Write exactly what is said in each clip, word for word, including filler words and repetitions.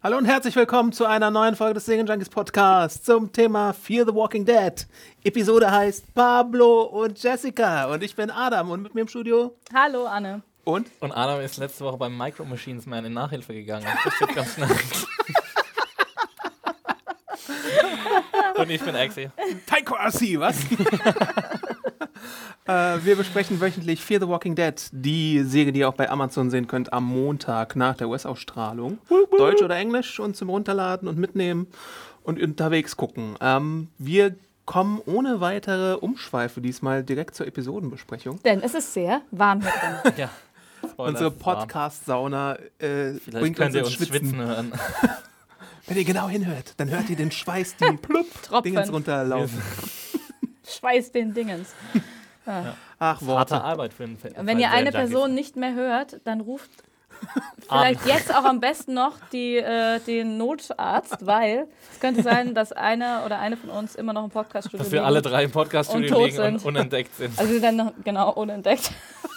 Hallo und herzlich willkommen zu einer neuen Folge des Singen Junkies Podcasts zum Thema Fear the Walking Dead. Episode heißt Pablo und Jessica und ich bin Adam und mit mir im Studio. Hallo Anne. Und? Und Adam ist letzte Woche beim Micro Machines Man in Nachhilfe gegangen. Das steht ganz schnell. Und ich bin Axi. Taiko Assi, was? äh, wir besprechen wöchentlich Fear the Walking Dead, die Serie, die ihr auch bei Amazon sehen könnt, am Montag nach der U S-Ausstrahlung. Deutsch oder Englisch und zum Runterladen und mitnehmen und unterwegs gucken. Ähm, wir kommen ohne weitere Umschweife diesmal direkt zur Episodenbesprechung. Denn es ist sehr warm hier drin. Ja. Spoiler, Unsere Podcast-Sauna äh, Vielleicht bringt könnt uns ihr ins uns Schwitzen. schwitzen hören. Wenn ihr genau hinhört, dann hört ihr den Schweiß, die plupp, Tropfen. Dingens runterlaufen. Schweiß den Dingens. Ja. Ach, Worte. Harte Arbeit für einen Fe- Und wenn ihr eine Serienjunkie. Person nicht mehr hört, dann ruft vielleicht jetzt auch am besten noch die, äh, den Notarzt, weil es könnte sein, dass einer oder eine von uns immer noch im Podcast-Studio Dass wir liegen. alle drei im Und Podcast-Studio tot liegen und sind. unentdeckt sind. Also wir sind dann noch, genau, unentdeckt.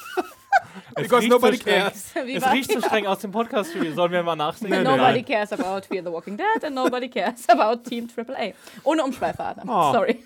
Because riecht nobody so streng. cares. Wie Es war- riecht so streng aus dem Podcast-Studio. Sollen wir mal nachsingen? Nobody cares about Fear the Walking Dead and nobody cares about Team Triple A. Ohne Umschweife, Adam. Oh. Sorry.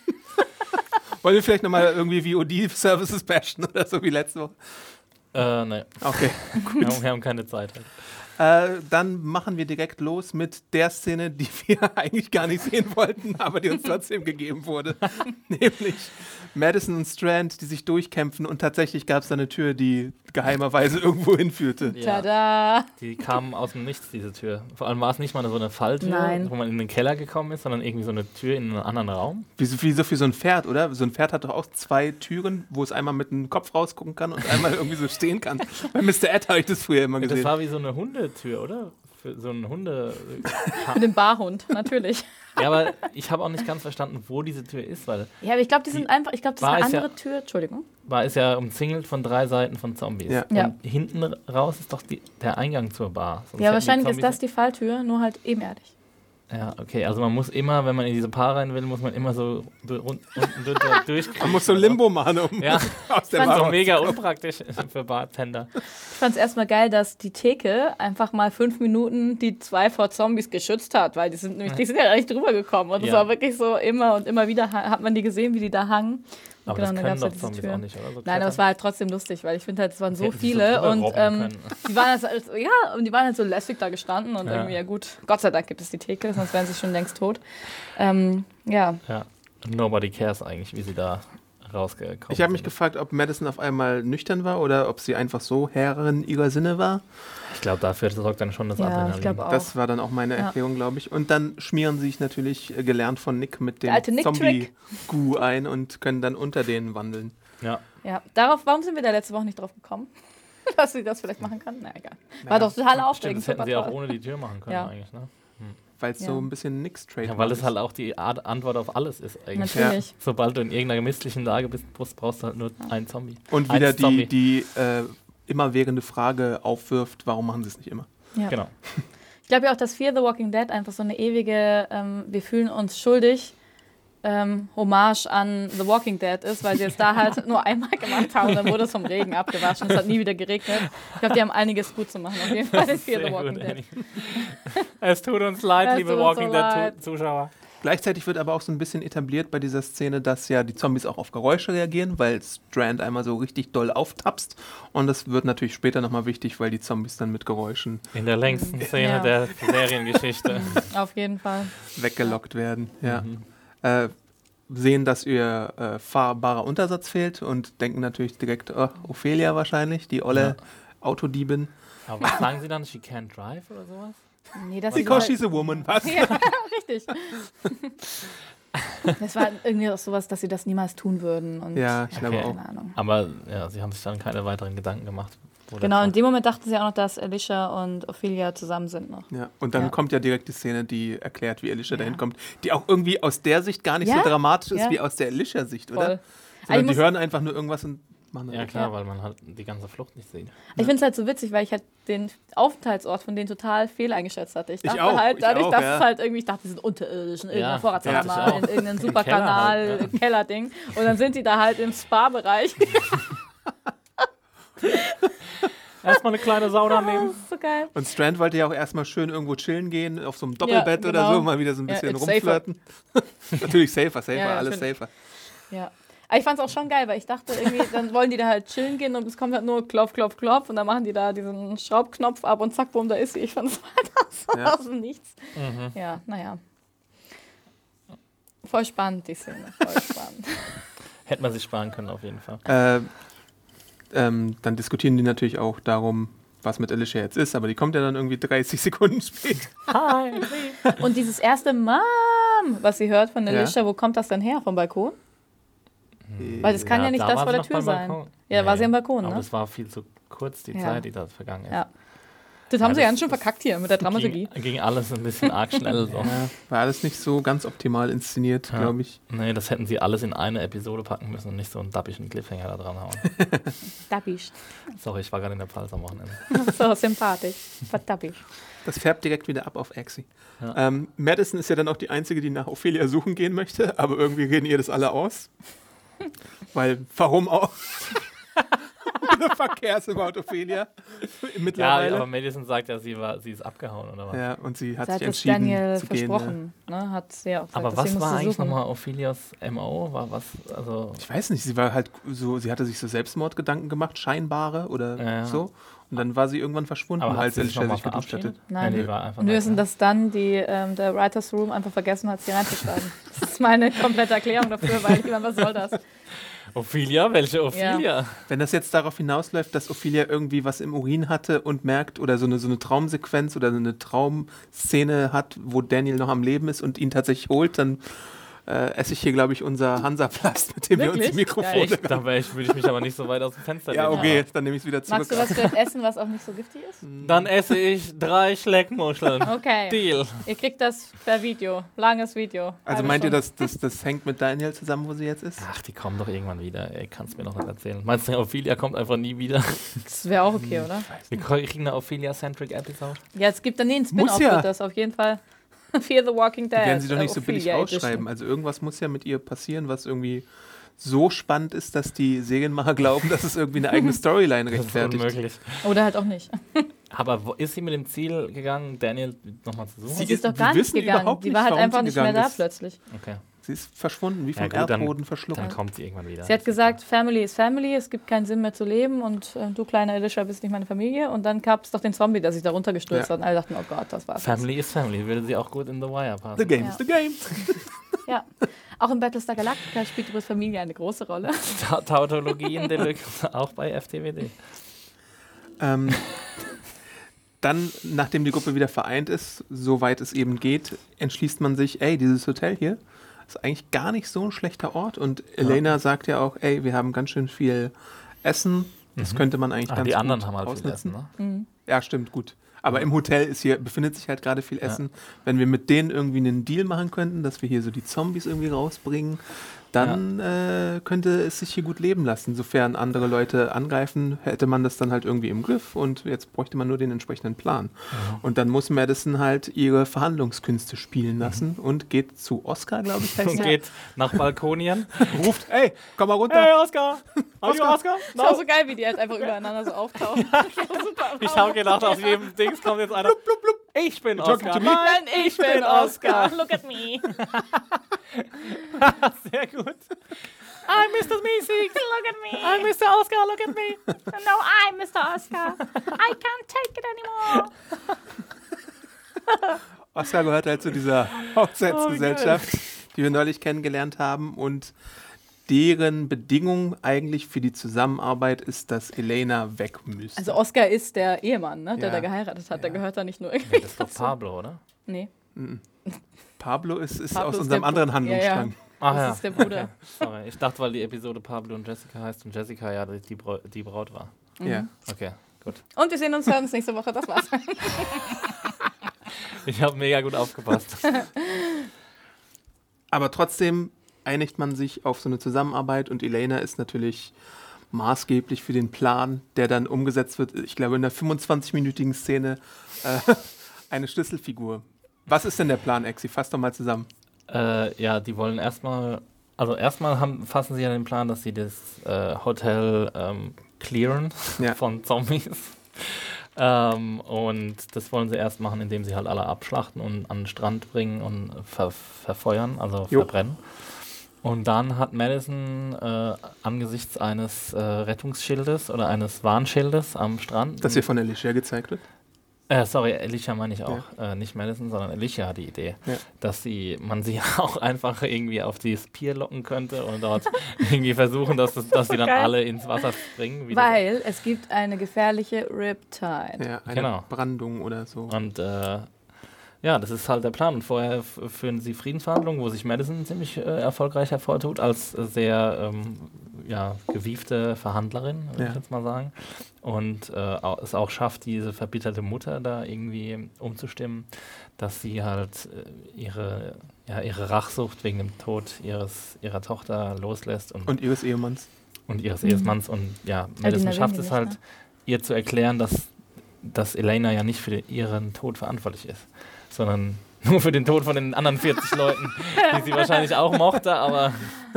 Wollen wir vielleicht nochmal irgendwie V O D-Services bashen oder so wie letzte Woche? Äh, ne. Okay. Wir haben, wir haben keine Zeit. Halt. Äh, dann machen wir direkt los mit der Szene, die wir eigentlich gar nicht sehen wollten, aber die uns trotzdem gegeben wurde. Nämlich Madison und Strand, die sich durchkämpfen und tatsächlich gab es da eine Tür, die geheimerweise irgendwo hinführte. Ja. Tada! Die kamen aus dem Nichts, diese Tür. Vor allem war es nicht mal so eine Falltür, Nein. wo man in den Keller gekommen ist, sondern irgendwie so eine Tür in einen anderen Raum. Wie so, wie so für so ein Pferd, oder? So ein Pferd hat doch auch zwei Türen, wo es einmal mit dem Kopf rausgucken kann und einmal irgendwie so stehen kann. Bei Mister Ed habe ich das früher immer Das gesehen. war wie so eine Hundetür, oder? Für so einen Hunde... Mit dem Barhund, natürlich. Ja, aber ich habe auch nicht ganz verstanden, wo diese Tür ist, weil Ja, aber ich glaube, die sind einfach, ich glaube, das ist War eine es ja- andere Tür. Entschuldigung. war es ja umzingelt von drei Seiten von Zombies. Ja. Und Ja. hinten raus ist doch die, der Eingang zur Bar. Sonst Ja, hätten die wahrscheinlich ist Zombies- das die Falltür, nur halt ebenerdig. Ja, okay, also man muss immer, wenn man in diese Bar rein will, muss man immer so du- run- unten drunter durchgehen. Man muss so Limbo machen, um Ja, aus der fand so Bar mega unpraktisch für Bartender. Ich fand es erstmal geil, dass die Theke einfach mal fünf Minuten die zwei vor Zombies geschützt hat, weil die sind nämlich, die sind ja nicht drüber gekommen. Und es Ja. war wirklich so, immer und immer wieder ha- hat man die gesehen, wie die da hangen. Und Aber genau, das dann können gab's halt doch diese Zombies Tür. auch nicht, oder? So Nein, aber es klettern. war halt trotzdem lustig, weil ich finde halt, es waren so Hätten sie so viele drüber und robben ähm, können. die waren halt, so- ja, und die waren halt so lässig da gestanden und Ja. irgendwie, ja gut, Gott sei Dank gibt es die Theke, sonst wären sie schon längst tot. Ähm, ja, Ja, nobody cares eigentlich, wie sie da rausgekommen sind. Ich habe mich gefragt, ob Madison auf einmal nüchtern war oder ob sie einfach so Herrin ihrer Sinne war. Ich glaube, dafür sorgt dann schon das Ja, Adrenalin. ich glaube auch. Das war dann auch meine Ja. Erklärung, glaube ich. Und dann schmieren sie sich natürlich, äh, gelernt von Nick, mit dem Der alte Nick-Trick. Zombie-Goo ein und können dann unter denen wandeln. Ja. ja. Darauf, warum sind wir da letzte Woche nicht drauf gekommen? Dass sie das vielleicht machen kann? Na egal. War Naja, doch total Stimmt, aufregend. das hätten super sie auch toll. ohne die Tür machen können Ja. eigentlich, ne? Weil es Ja. so ein bisschen Nicks Trade Ja, weil es halt auch die Art Antwort auf alles ist eigentlich. Natürlich. Sobald du in irgendeiner misslichen Lage bist, brauchst brauchst du halt nur einen Zombie. Und Eins wieder die, Zombie. die äh, immerwährende Frage aufwirft, warum machen sie es nicht immer? Ja. Genau. Ich glaube ja auch, dass Fear the Walking Dead einfach so eine ewige, ähm, wir fühlen uns schuldig, ähm, Hommage an The Walking Dead ist, weil sie es da halt nur einmal gemacht haben und dann wurde es vom Regen abgewaschen. Es hat nie wieder geregnet. Ich glaube, die haben einiges gut zu machen. Auf jeden Fall in Fear the Sehr Walking gut, Dead. Annie. Es tut uns leid, Es liebe tut uns Walking so Dead leid. Zuschauer. Gleichzeitig wird aber auch so ein bisschen etabliert bei dieser Szene, dass ja die Zombies auch auf Geräusche reagieren, weil Strand einmal so richtig doll auftapst. Und das wird natürlich später nochmal wichtig, weil die Zombies dann mit Geräuschen In der längsten Szene Ja. der Seriengeschichte. Auf jeden Fall. weggelockt werden. Ja. Mhm. Äh, sehen, dass ihr äh, fahrbarer Untersatz fehlt und denken natürlich direkt, oh, Ophelia wahrscheinlich, die olle Ja. Autodiebin. Aber was sagen sie dann? She can't drive oder sowas? Nee, das Because ist she's a woman, was? ja, richtig. Das war irgendwie auch sowas, dass sie das niemals tun würden. Und Ja, ich glaube Okay. auch. keine Ahnung. Aber ja, sie haben sich dann keine weiteren Gedanken gemacht. wo der Genau, in Zombie- dem Moment dachten sie auch noch, dass Alicia und Ophelia zusammen sind noch. Ja. Und dann Ja. kommt ja direkt die Szene, die erklärt, wie Alicia Ja. dahin kommt, die auch irgendwie aus der Sicht gar nicht Ja? so dramatisch ist Ja. wie aus der Alicia-Sicht, Voll. oder? Also Sondern ich die muss- hören einfach nur irgendwas und machen dann Ja weg. klar, Ja. weil man halt die ganze Flucht nicht sieht. Ich finde es halt so witzig, weil ich halt den Aufenthaltsort von denen total fehl eingeschätzt hatte. Ich Ich dachte auch, halt, ich dadurch, auch, dass ja. es halt irgendwie, ich dachte, die sind unterirdisch in irgendeiner Ja, Vorratskammer, ja, ich auch. in irgendeinem Im Superkanal, Keller halt, ja. Kellerding. Und dann sind die da halt im Spa-Bereich. Erstmal eine kleine Sauna nehmen. Das ist so geil. Und Strand wollte ja auch erstmal schön irgendwo chillen gehen, auf so einem Doppelbett Ja, oder genau. so, mal wieder so ein Ja, bisschen it's rumflirten. Natürlich safer, safer, Ja, ja, alles natürlich. safer. Ja. Aber ich fand es auch schon geil, weil ich dachte irgendwie, dann wollen die da halt chillen gehen und es kommt halt nur Klopf, Klopf, Klopf und dann machen die da diesen Schraubknopf ab und zack, boom, da ist sie. Ich fand es halt so Ja. aus dem Nichts. Mhm. Ja, naja. Voll spannend, die Szene. Voll spannend. Hätte man sich sparen können, auf jeden Fall. Äh, ähm, dann diskutieren die natürlich auch darum, was mit Alicia jetzt ist, aber die kommt ja dann irgendwie dreißig Sekunden später. Hi. Und dieses erste Mom, was sie hört von Ja. Alicia, wo kommt das denn her? Vom Balkon? Weil das kann ja, nicht da das war vor sie der noch Tür beim sein. Balkon. Ja, war sie am Nee, Balkon, Aber ne? das war viel zu kurz, die Ja. Zeit, die da vergangen ist. Ja. Das haben Ja, sie das- ganz schön verkackt hier mit der Dramaturgie. Ging, ging alles ein bisschen arg schnell. So. Ja, war alles nicht so ganz optimal inszeniert, Ja. glaube ich. Nee, das hätten sie alles in eine Episode packen müssen und nicht so einen dappischen Cliffhanger da dran hauen. Dappisch. Sorry, ich war gerade in der Pfalz am Wochenende. So sympathisch. Was dappisch. Das färbt direkt wieder ab auf Axie. Ja. Ähm, Madison ist ja dann auch die Einzige, die nach Ophelia suchen gehen möchte, aber irgendwie reden ihr das alle aus. Weil, warum auch? The fuck cares about Ophelia? Ja, Mittlerweile. aber Madison sagt ja, sie, war, sie ist abgehauen, oder was? Ja, und sie hat Sie hat sich es entschieden Daniel zu gehen. versprochen. Ne? Hat sie ja auch gesagt, Aber dass sie was war musste eigentlich suchen. nochmal Ophelias M O? War was, also... Ich weiß nicht, sie war halt so, sie hatte sich so Selbstmordgedanken gemacht, scheinbare oder Ja, ja. so. Und dann war sie irgendwann verschwunden, Aber hat als sie sich Alicia nochmal sich geduscht hatte. verabschiedet? Nein. Nee, die war einfach Und wir weg, wissen, ne? dass dann die, ähm, der Writers Room einfach vergessen hat, sie reinzuschreiben. Das ist meine komplette Erklärung dafür, weil ich meine, was soll das? Ophelia? Welche Ophelia? Wenn das jetzt darauf hinausläuft, dass Ophelia irgendwie was im Urin hatte und merkt oder so eine, so eine Traumsequenz oder so eine Traumszene hat, wo Daniel noch am Leben ist und ihn tatsächlich holt, dann äh, esse ich hier, glaube ich, unser Hansaplast, mit dem wir uns Wirklich? die Mikrofone... Ja, Echt? Da wär ich, würde ich mich aber nicht so weit aus dem Fenster Ja, lehnen. okay, dann nehme ich es wieder zurück. Magst du was für Essen, was auch nicht so giftig ist? Dann esse ich drei Schleckmuscheln. Okay. Deal. Ihr kriegt das per Video. Langes Video. Also Halbe meint ihr, Stunde. das, das, das hängt mit Daniel zusammen, wo sie jetzt ist? Ach, die kommen doch irgendwann wieder. Ey, kannst mir doch nicht erzählen. Meinst du, Ophelia kommt einfach nie wieder? Das wäre auch okay, oder? Wir kriegen eine Ophelia-centric Episode. Ja, es gibt dann nee, einen Spin-off Muss ja. wird das auf jeden Fall. Fear the Walking Dead. Die werden sie doch nicht äh, so billig Ophelia ausschreiben. Edition. Also irgendwas muss ja mit ihr passieren, was irgendwie so spannend ist, dass die Serienmacher glauben, dass es irgendwie eine eigene Storyline Das ist rechtfertigt. unmöglich. Oder halt auch nicht. Aber wo ist sie mit dem Ziel gegangen, Daniel nochmal zu suchen? Sie Sie ist doch wir gar nicht wissen gegangen. überhaupt Die nicht, war halt warum einfach sie nicht mehr gegangen da ist. plötzlich. Okay. Sie ist verschwunden, wie Ja, vom gut, dann- Erdboden verschluckt. Dann kommt sie irgendwann wieder. Sie hat gesagt, Family is Family, es gibt keinen Sinn mehr zu leben und äh, du, kleine Alicia, bist nicht meine Familie. Und dann gab es doch den Zombie, der sich da runtergestürzt Ja. hat. Und alle dachten, oh Gott, das war's. Family is Family. Würde sie auch gut in The Wire The passen. game Ja. is the game. Ja. Auch in Battlestar Galactica spielt übrigens Familie eine große Rolle. Ta Tautologie in Deluxe, auch bei F T W D. Ähm, dann, nachdem die Gruppe wieder vereint ist, soweit es eben geht, entschließt man sich, ey, dieses Hotel hier ist eigentlich gar nicht so ein schlechter Ort. Und Elena sagt ja auch, ey, wir haben ganz schön viel Essen. Das Mhm. könnte man eigentlich Ah, ganz die gut anderen haben halt viel ausnutzen. Essen, ne? Mhm. Ja, stimmt, gut. Aber im Hotel ist hier, befindet sich halt gerade viel Essen. Wenn wir mit denen irgendwie einen Deal machen könnten, dass wir hier so die Zombies irgendwie rausbringen, dann äh, könnte es sich hier gut leben lassen. Sofern andere Leute angreifen, hätte man das dann halt irgendwie im Griff und jetzt bräuchte man nur den entsprechenden Plan. Mhm. Und dann muss Madison halt ihre Verhandlungskünste spielen lassen und geht zu Oscar, glaube ich, heißt Und er. geht nach Balkonien. Ruft, ey, komm mal runter. Hey, Oscar! Hallo, Oscar! Das ist auch so geil, wie die halt einfach übereinander so auftauchen. Super. Ich habe gedacht, aus jedem Dings kommt jetzt einer. Ich bin talking Oscar. to me? Nein, Nein, ich bin Oscar. Look at me. Sehr gut. I'm Mister Meeseeks. Look at me. I'm Mister Oscar. Look at me. No, I'm Mister Oscar. I can't take it anymore. Oscar gehört halt zu dieser Hochzeitsgesellschaft, die wir neulich kennengelernt haben und deren Bedingung eigentlich für die Zusammenarbeit ist, dass Elena weg müsste. Also Oscar ist der Ehemann, ne, der Ja. da geheiratet hat. Der Ja. gehört da nicht nur Nee, irgendwie. das ist doch Pablo, oder? Nee, Pablo ist, ist Pablo aus ist unserem der anderen Bu- Handlungsstrang. Ach das ist der Bruder. Sorry, ich dachte, weil die Episode Pablo und Jessica heißt und Jessica ja die, Brau die Braut war. Ja. Okay, gut. Und wir sehen uns, hören uns nächste Woche. Das war's. Ich habe mega gut aufgepasst. Aber trotzdem einigt man sich auf so eine Zusammenarbeit und Elena ist natürlich maßgeblich für den Plan, der dann umgesetzt wird, ich glaube in der fünfundzwanzig-minütigen Szene, äh, eine Schlüsselfigur. Was ist denn der Plan, Exi? Fass doch mal zusammen. Äh, ja, die wollen erstmal, also erstmal haben, fassen sie ja den Plan, dass sie das äh, Hotel ähm, clearen Ja. von Zombies. Ähm, und das wollen sie erst machen, indem sie halt alle abschlachten und an den Strand bringen und ver verfeuern, also Jo. verbrennen. Und dann hat Madison äh, angesichts eines äh, Rettungsschildes oder eines Warnschildes am Strand. Das hier von Alicia gezeigt wird. Äh, sorry, Alicia meine ich auch. Äh, nicht Madison, sondern Alicia hat die Idee, Ja. dass sie, man sie auch einfach irgendwie auf dieses Pier locken könnte und dort irgendwie versuchen, dass, das, dass sie dann Geil. alle ins Wasser springen. wie das- Weil es gibt eine gefährliche Riptide. Ja, eine Genau. Brandung oder so. Und äh, ja, das ist halt der Plan. Und vorher f- führen sie Friedensverhandlungen, wo sich Madison ziemlich äh, erfolgreich hervortut, als äh, sehr ähm, ja, gewiefte Verhandlerin, würde Ja. ich jetzt mal sagen. Und äh, au- es auch schafft, diese verbitterte Mutter da irgendwie umzustimmen, dass sie halt äh, ihre, ja, ihre Rachsucht wegen dem Tod ihres, ihrer Tochter loslässt und, Und ihres Ehemanns. und ihres Mhm. Ehemanns. Und ja, die Madison erwähnen schafft die es nicht, halt, ne? ihr zu erklären, dass, dass Elena ja nicht für den, ihren Tod verantwortlich ist, sondern nur für den Tod von den anderen vierzig Leuten, die sie wahrscheinlich auch mochte, aber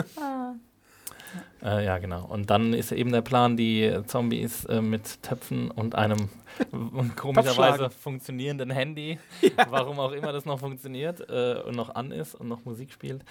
äh, ja, genau. Und dann ist eben der Plan, die Zombies äh, mit Töpfen und einem w- komischerweise Topfschlagen. funktionierenden Handy, warum auch immer das noch funktioniert äh, und noch an ist und noch Musik spielt,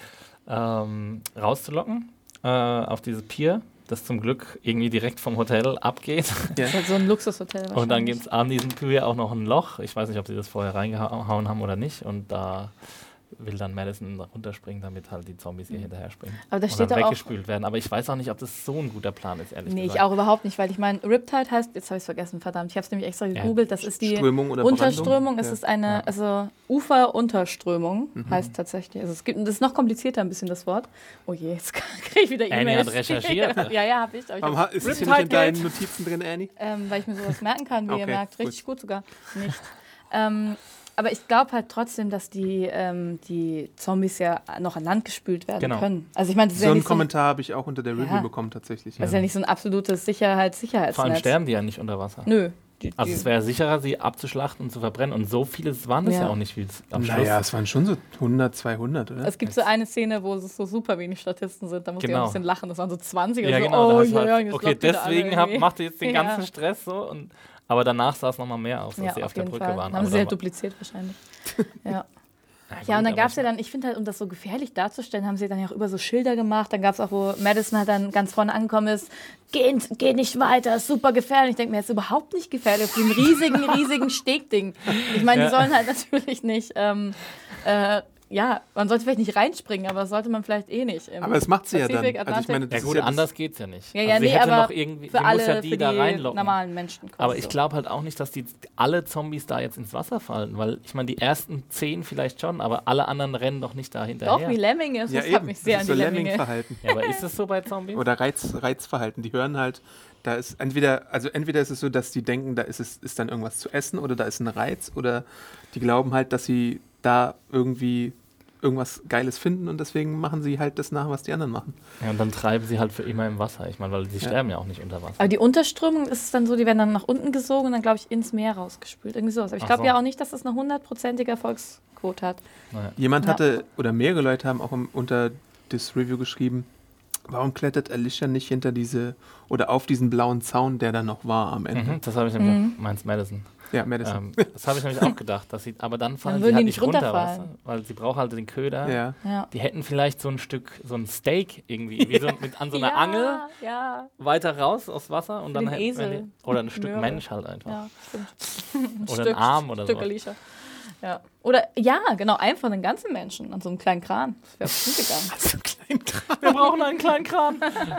ähm, rauszulocken äh, auf dieses Pier, das zum Glück irgendwie direkt vom Hotel abgeht. Das ist halt so ein Luxushotel. Und dann wahrscheinlich. gibt es an diesem Pier auch noch ein Loch. Ich weiß nicht, ob sie das vorher reingehauen haben oder nicht. Und da will dann Madison runterspringen, damit halt die Zombies ihr hinterher springen. Aber da und steht dann doch auch. weggespült werden. Aber ich weiß auch nicht, ob das so ein guter Plan ist, ehrlich Nee, ich gesagt. auch überhaupt nicht, weil ich meine, Riptide heißt, jetzt habe ich es vergessen, verdammt, ich habe es nämlich extra gegoogelt, das ist die Strömung oder Unterströmung, Brandung? es Ja. ist eine, Ja. also Uferunterströmung heißt tatsächlich, also es gibt, das ist noch komplizierter ein bisschen das Wort. Oh je, jetzt kriege ich wieder Annie E-Mails. hat recherchiert. ja, ja, habe ich. Aber ich Warum hab ha- ist das hier Riptide nicht in deinen Geld. Notizen drin, Annie? Ähm, weil ich mir sowas merken kann, wie ihr Okay, merkt. gut. Richtig gut sogar. Nicht. ähm, aber ich glaube halt trotzdem, dass die, ähm, die Zombies ja noch an Land gespült werden Genau. können. Also ich meine, das ist So ja einen nicht so, ein- Kommentar habe ich auch unter der Review Ja. bekommen, tatsächlich. das ist ja nicht so ein absolutes Sicherheits Sicherheitsnetz. Vor allem sterben die ja nicht unter Wasser. Nö. Die, Also die, es wäre sicherer, sie abzuschlachten und zu verbrennen. Und so viele waren das ja, Ja. auch nicht, wie es am Schluss. Naja, es waren schon so hundert, zweihundert, oder? es gibt so eine Szene, wo es so super wenig Statisten sind. Da musste ich Genau. auch ein bisschen lachen. Das waren so zwanzig. Ja, und so, genau. da oh, hast du ja, halt, ja, jetzt okay, lockt wieder alle deswegen hab, irgendwie. macht ihr jetzt den Ja. ganzen Stress so. Und, aber danach sah es nochmal mehr aus, als Ja, sie auf, auf der jeden Brücke Fall. waren. Haben Aber sie da halt war- dupliziert wahrscheinlich. Ja. Na Ja, und gut, dann gab es ja aber dann, ich finde halt, um das so gefährlich darzustellen, haben sie dann ja auch über so Schilder gemacht. Dann gab es auch, wo Madison halt dann ganz vorne angekommen ist, geh, geh nicht weiter, ist super gefährlich. Ich denke mir, das ist überhaupt nicht gefährlich, auf dem riesigen, riesigen Stegding. Ich meine, die Ja. sollen halt natürlich nicht, ähm, äh, ja, man sollte vielleicht nicht reinspringen, aber das sollte man vielleicht eh nicht. Im Aber das macht sie ja dann. Pazifik, Also ich Atlantik. meine, das Ja ist gut, ja das- anders geht's ja nicht. Ja, Also ja, sie nee, hätte aber noch irgendwie, für sie alle, muss ja die für da die reinlocken. normalen Menschen quasi. Aber ich so. glaube halt auch nicht, dass die alle Zombies da jetzt ins Wasser fallen, weil ich meine, die ersten zehn vielleicht schon, aber alle anderen rennen doch nicht da Doch, hinterher. wie Lemminge, das ja, hat eben. mich sehr das an ist die so Lemminge. Lemming-Verhalten. Ja, aber ist es so bei Zombies? Oder Reiz, Reizverhalten. Die hören halt, da ist entweder, also entweder ist es so, dass die denken, da ist es ist dann irgendwas zu essen oder da ist ein Reiz oder die glauben halt, dass sie da irgendwie irgendwas Geiles finden und deswegen machen sie halt das nach, was die anderen machen. Ja, und dann treiben sie halt für immer im Wasser. Ich meine, weil sie Ja. sterben ja auch nicht unter Wasser. Aber die Unterströmung ist es dann so, die werden dann nach unten gesogen und dann, glaube ich, ins Meer rausgespült. Irgendwie sowas. Aber ich Ach glaube so. ja auch nicht, dass das eine hundertprozentige Erfolgsquote hat. Naja. Jemand Ja. hatte, oder mehrere Leute haben auch im, unter das Review geschrieben, warum klettert Alicia nicht hinter diese, oder auf diesen blauen Zaun, der da noch war am Ende. Mhm, das habe ich nämlich Mhm. auch, meins Madison. Ja, Madison. Ähm, das habe ich nämlich auch gedacht. Dass sie, aber dann fallen Dann sie würden halt die nicht nicht runter, runterfallen. weißt du? Weil sie braucht halt den Köder. ja. Ja. Die hätten vielleicht so ein Stück, so ein Steak irgendwie, wie so mit, an so einer ja, Angel Ja, weiter raus aus Wasser und Für dann den hätten wir Esel. die- oder ein Stück Möhre. Mensch halt einfach. ja, stimmt. Ein Oder ein Arm oder Stück sowas. Alicia. Ja. Oder, ja, genau, einfach einen ganzen Menschen an so einem kleinen Kran. Das wäre bestimmt gegangen. So ein kleinen Kran. Wir brauchen einen kleinen Kran.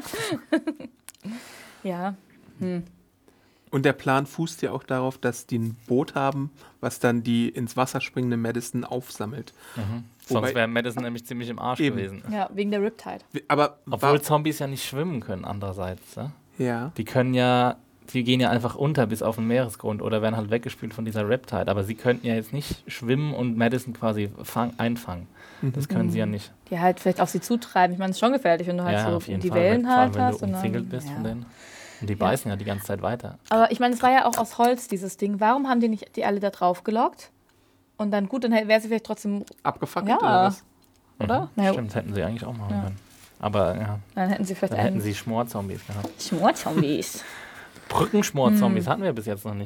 Ja. Hm. Und der Plan fußt ja auch darauf, dass die ein Boot haben, was dann die ins Wasser springende Madison aufsammelt. Mhm. Wobei- Sonst wäre Madison nämlich ziemlich im Arsch Eben. gewesen. Ja, wegen der Riptide. Aber Obwohl war, Zombies ja nicht schwimmen können andererseits. Ne? ja. Die können ja, die gehen ja einfach unter bis auf den Meeresgrund oder werden halt weggespült von dieser Riptide. Aber sie könnten ja jetzt nicht schwimmen und Madison quasi fang, einfangen. Das können sie ja nicht. Die halt vielleicht auf sie zutreiben. Ich meine, es ist schon gefährlich, wenn du halt ja, so auf jeden die Fall. Wellen Vor allem, halt wenn hast. du und dann- umzingelt bist ja. von denen. Und die beißen ja die ganze Zeit weiter. Aber ich meine, es war ja auch aus Holz, dieses Ding. Warum haben die nicht die alle da drauf gelockt? Und dann, gut, dann wäre sie vielleicht trotzdem, Abgefackelt Ja. oder was? oder? Mhm. Naja, Stimmt, hätten sie eigentlich auch machen Ja. können. Aber ja, dann hätten sie vielleicht dann hätten einen sie Schmorzombies gehabt. Schmorzombies. Brückenschmorzombies Hm. hatten wir bis jetzt noch nicht.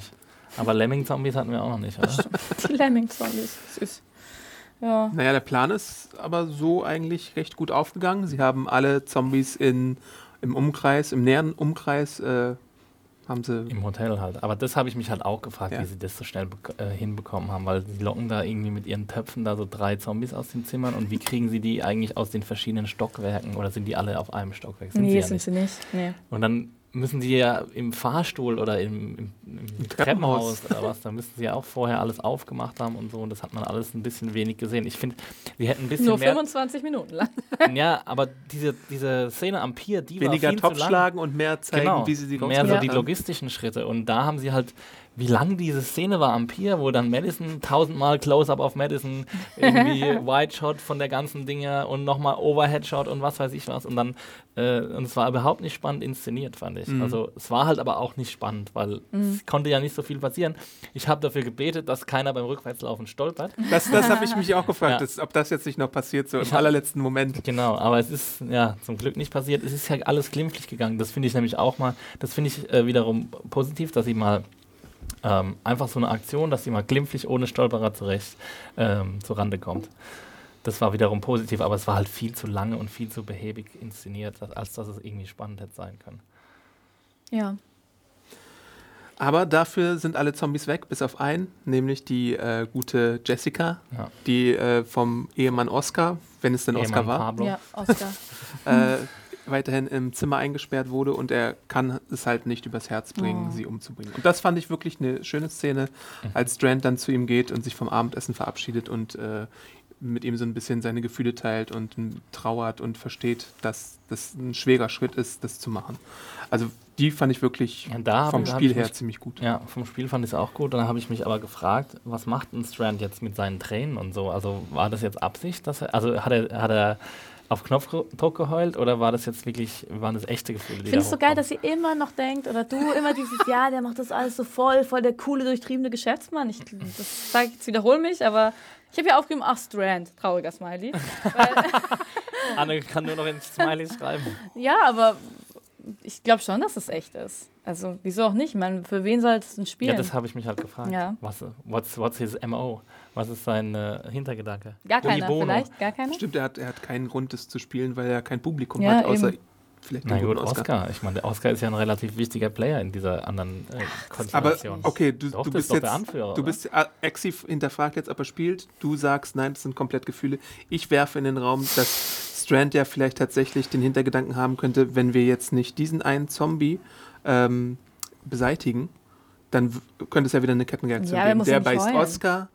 Aber Lemming-Zombies hatten wir auch noch nicht, oder? Die Lemming-Zombies. Süß. Ja. Naja, der Plan ist aber so eigentlich recht gut aufgegangen. Sie haben alle Zombies in, im Umkreis, im näheren Umkreis, äh, haben sie... Im Hotel halt. Aber das habe ich mich halt auch gefragt, Ja. wie sie das so schnell bek- äh, hinbekommen haben, weil sie locken da irgendwie mit ihren Töpfen da so drei Zombies aus den Zimmern und wie kriegen sie die eigentlich aus den verschiedenen Stockwerken oder sind die alle auf einem Stockwerk? Sind Nee, sie ja sind nicht. sie nicht. Nee. Und dann müssen sie ja im Fahrstuhl oder im, im, im Treppenhaus oder was, da müssen sie ja auch vorher alles aufgemacht haben und so und das hat man alles ein bisschen wenig gesehen. Ich finde, sie hätten ein bisschen Nur mehr... fünfundzwanzig Minuten lang. Ja, aber diese, diese Szene am Pier, die Weniger war viel Topf zu lang. schlagen und mehr zeigen, Genau, wie sie die mehr so rausgebracht die haben. logistischen Schritte. Und da haben sie halt, wie lang diese Szene war am Pier, wo dann Madison tausendmal Close-Up auf Madison, irgendwie Wide-Shot von der ganzen Dinge und nochmal Overhead-Shot und was weiß ich was. Und dann, äh, und es war überhaupt nicht spannend inszeniert, fand ich. Mhm. Also es war halt aber auch nicht spannend, weil es konnte ja nicht so viel passieren. Ich habe dafür gebetet, dass keiner beim Rückwärtslaufen stolpert. Das, das habe ich mich auch gefragt, Ja. dass, ob das jetzt nicht noch passiert, so Ich im hab- allerletzten Moment. Genau, aber es ist ja zum Glück nicht passiert. Es ist ja alles glimpflich gegangen. Das finde ich nämlich auch mal, das finde ich äh, wiederum positiv, dass sie mal ähm, einfach so eine Aktion, dass sie mal glimpflich ohne Stolperer zurecht ähm, zurande kommt. Das war wiederum positiv, aber es war halt viel zu lange und viel zu behäbig inszeniert, als dass es irgendwie spannend hätte sein können. Ja. Aber dafür sind alle Zombies weg, bis auf einen, nämlich die äh, gute Jessica, Ja. die äh, vom Ehemann Oscar, wenn es denn Oscar Ehemann war, Pablo. Ja, Oscar. äh, weiterhin im Zimmer eingesperrt wurde und er kann es halt nicht übers Herz bringen, Oh. sie umzubringen. Und das fand ich wirklich eine schöne Szene, als Strand dann zu ihm geht und sich vom Abendessen verabschiedet und äh, mit ihm so ein bisschen seine Gefühle teilt und m, trauert und versteht, dass das ein schwerer Schritt ist, das zu machen. Also die fand ich wirklich Ja, da hab vom ich- hab Spiel ich her mich- ziemlich gut. Ja, vom Spiel fand ich es auch gut. Dann habe ich mich aber gefragt, was macht ein Strand jetzt mit seinen Tränen und so? Also war das jetzt Absicht, dass er, also hat er, hat er auf Knopfdruck geheult oder war das jetzt wirklich, waren das echte Gefühle? Ich finde es so geil, dass sie immer noch denkt, oder du immer dieses, ja, der macht das alles so voll, voll der coole, durchtriebene Geschäftsmann. Ich, das sag ich jetzt, wiederhole mich, aber ich habe ja aufgeschrieben, ach, Strand, trauriger Smiley. Weil, Anne kann nur noch in Smileys schreiben. ja, aber ich glaube schon, dass es echt ist. Also, wieso auch nicht? Ich meine, für wen soll es denn Ja, spielen? das habe ich mich halt gefragt. Ja. Was, what's, what's his M O? Was ist sein äh, Hintergedanke? Gar keiner, Uni Bono. vielleicht? Gar keiner? Stimmt, er hat, er hat keinen Grund, das zu spielen, weil er kein Publikum Ja, hat, außer eben. vielleicht Na den gut, guten Oscar. Oscar. Ich meine, der Oscar ist ja ein relativ wichtiger Player in dieser anderen äh, Aber Konstellation. okay, du, Doch, du das ist bist doch jetzt, der Anführer, du oder? bist äh, Exi hinterfragt jetzt, ob er spielt. Du sagst, nein, das sind komplett Gefühle. Ich werfe in den Raum, dass Strand ja vielleicht tatsächlich den Hintergedanken haben könnte, wenn wir jetzt nicht diesen einen Zombie ähm, beseitigen, dann w- könnte es ja wieder eine Kettenreaktion Ja, aber er geben. muss Der ja nicht beißt heulen. Oscar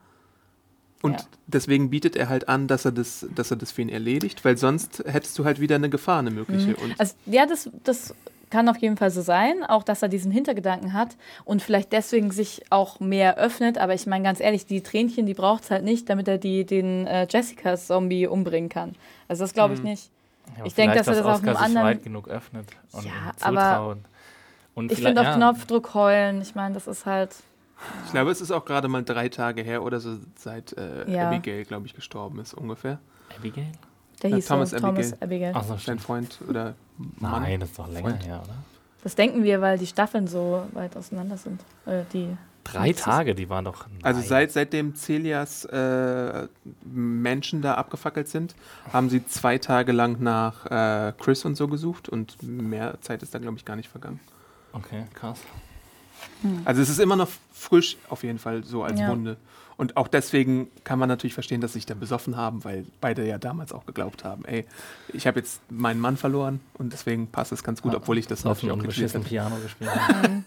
und Ja. deswegen bietet er halt an, dass er das, dass er das für ihn erledigt, weil sonst hättest du halt wieder eine Gefahr, eine mögliche. Und Also, ja, das, das kann auf jeden Fall so sein, auch dass er diesen Hintergedanken hat und vielleicht deswegen sich auch mehr öffnet. Aber ich meine, ganz ehrlich, die Tränchen, die braucht es halt nicht, damit er die, den äh, Jessica-Zombie umbringen kann. Also das glaube ich nicht. Ja, aber ich denke, vielleicht, dass er das auf Oscar einem sich anderen- weit genug öffnet und Ja, ihm aber zutraut. Und Ich vielleicht- finde auf ja, Knopfdruck heulen, ich meine, das ist halt... ich glaube, es ist auch gerade mal drei Tage her oder so, seit äh, Ja. Abigail, glaube ich, gestorben ist ungefähr. Abigail? Der Ja, hieß Thomas so, Abigail. Thomas Abigail. Achso, Sein stimmt. Freund oder Mann. Nein, das ist doch länger Freund. her, oder? Das denken wir, weil die Staffeln so weit auseinander sind. Äh, die Drei Das ist- Tage, die waren doch. Also nein. seit, seitdem Celias äh, Menschen da abgefackelt sind, haben sie zwei Tage lang nach äh, Chris und so gesucht und mehr Zeit ist da, glaube ich, gar nicht vergangen. Okay, krass. Also es ist immer noch frisch auf jeden Fall so als Ja. Wunde. Und auch deswegen kann man natürlich verstehen, dass sie sich dann besoffen haben, weil beide ja damals auch geglaubt haben, ey, ich habe jetzt meinen Mann verloren und deswegen passt es ganz gut, obwohl ich das Offen auch und geklärt beschissen hätte. Piano gespielt habe.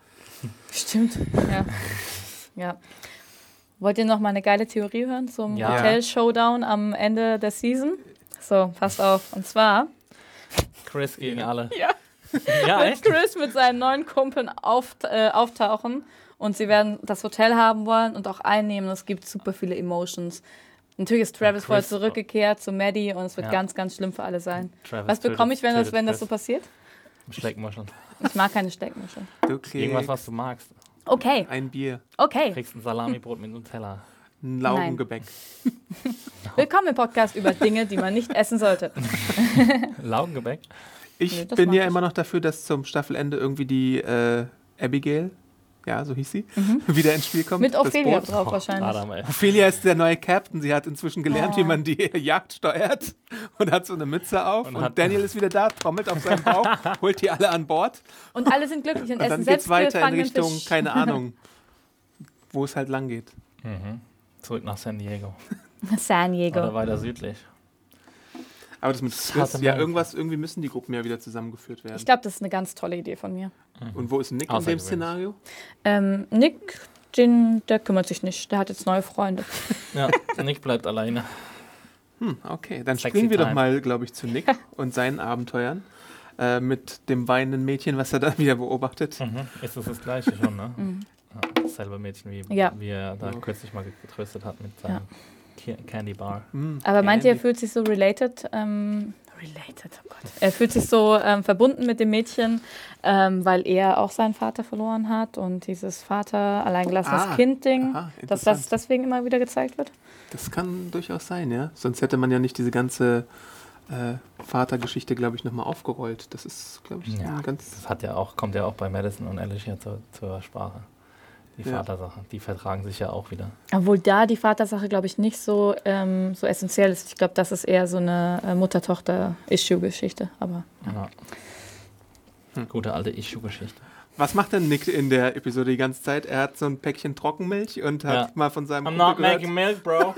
Stimmt. Ja. ja. Wollt ihr noch mal eine geile Theorie hören zum Ja. Hotel-Showdown am Ende der Season? So, passt auf. Und zwar Chris gegen alle. Ja. Ja, wird echt? Chris mit seinen neuen Kumpeln auft äh, auftauchen und sie werden das Hotel haben wollen und auch einnehmen. Es gibt super viele Emotions. Natürlich ist Travis Ja, voll Chris- zurückgekehrt zu Maddie und es wird Ja. ganz, ganz schlimm für alle sein. Travis Was bekomme ich, wenn das, tötet wenn das so Chris. passiert? Schleckmuscheln. Ich mag keine Steckmuschel. Okay, Irgendwas, was du magst. Okay, ein Bier, okay. Kriegst ein Salamibrot mit Nutella. ein Laugengebäck. Willkommen im Podcast über Dinge, die man nicht essen sollte. Laugengebäck? Ich Nee, das bin mag ja ich. immer noch dafür, dass zum Staffelende irgendwie die äh, Abigail ja, so hieß sie, mhm. wieder ins Spiel kommt. Mit Ophelia drauf wahrscheinlich. Adam, ey. Ophelia ist der neue Captain. Sie hat inzwischen gelernt, Oh. wie man die Jagd steuert und hat so eine Mütze auf. Und, Und hat- Daniel ist wieder da, trommelt auf seinem Bauch, holt die alle an Bord. Und alle sind glücklich und, Und dann essen geht's weiter in selbstgefangenen Richtung, Fisch. keine Ahnung, wo es halt lang geht. Mhm. Zurück nach San Diego. San Oder Diego. weiter südlich. Aber das mit South Chris, ja, America. irgendwas, irgendwie müssen die Gruppen ja wieder zusammengeführt werden. Ich glaube, das ist eine ganz tolle Idee von mir. Und wo ist Nick in dem Außergewöhnlich. Szenario? Ähm, Nick, den, der kümmert sich nicht. Der hat jetzt neue Freunde. Ja, Nick bleibt alleine. Hm, okay, dann Sexy springen wir doch time. mal, glaube ich, zu Nick und seinen Abenteuern. Äh, mit dem weinenden Mädchen, was er da wieder beobachtet. Mhm. Ist das das Gleiche schon, ne? Ja, dasselbe Mädchen, wie, Ja. wie er da Ja. kürzlich mal getröstet hat mit seinem Ki- Candy Bar. Hm, Aber meint ihr, er Andy. fühlt sich so related? Ähm, related, oh Gott. Er fühlt sich so ähm, verbunden mit dem Mädchen, ähm, weil er auch seinen Vater verloren hat und dieses Vater alleingelassenes Ah, Kind-Ding, aha, dass das interessant. deswegen immer wieder gezeigt wird? Das kann durchaus sein, ja. Sonst hätte man ja nicht diese ganze äh, Vatergeschichte, glaube ich, nochmal aufgerollt. Das ist, glaube ich, Ja, ein ganz... Das hat ja auch, kommt ja auch bei Madison und Alicia zur, zur Sprache. Die Ja. Vatersache. Die vertragen sich ja auch wieder. Obwohl da die Vatersache, glaube ich, nicht so, ähm, so essentiell ist. Ich glaube, das ist eher so eine äh, Mutter-Tochter-Issue-Geschichte. Aber Ja. Hm. Gute alte Issue-Geschichte. Was macht denn Nick in der Episode die ganze Zeit? Er hat so ein Päckchen Trockenmilch und hat Ja. mal von seinem I'm Kumpel not gehört, making milk, bro.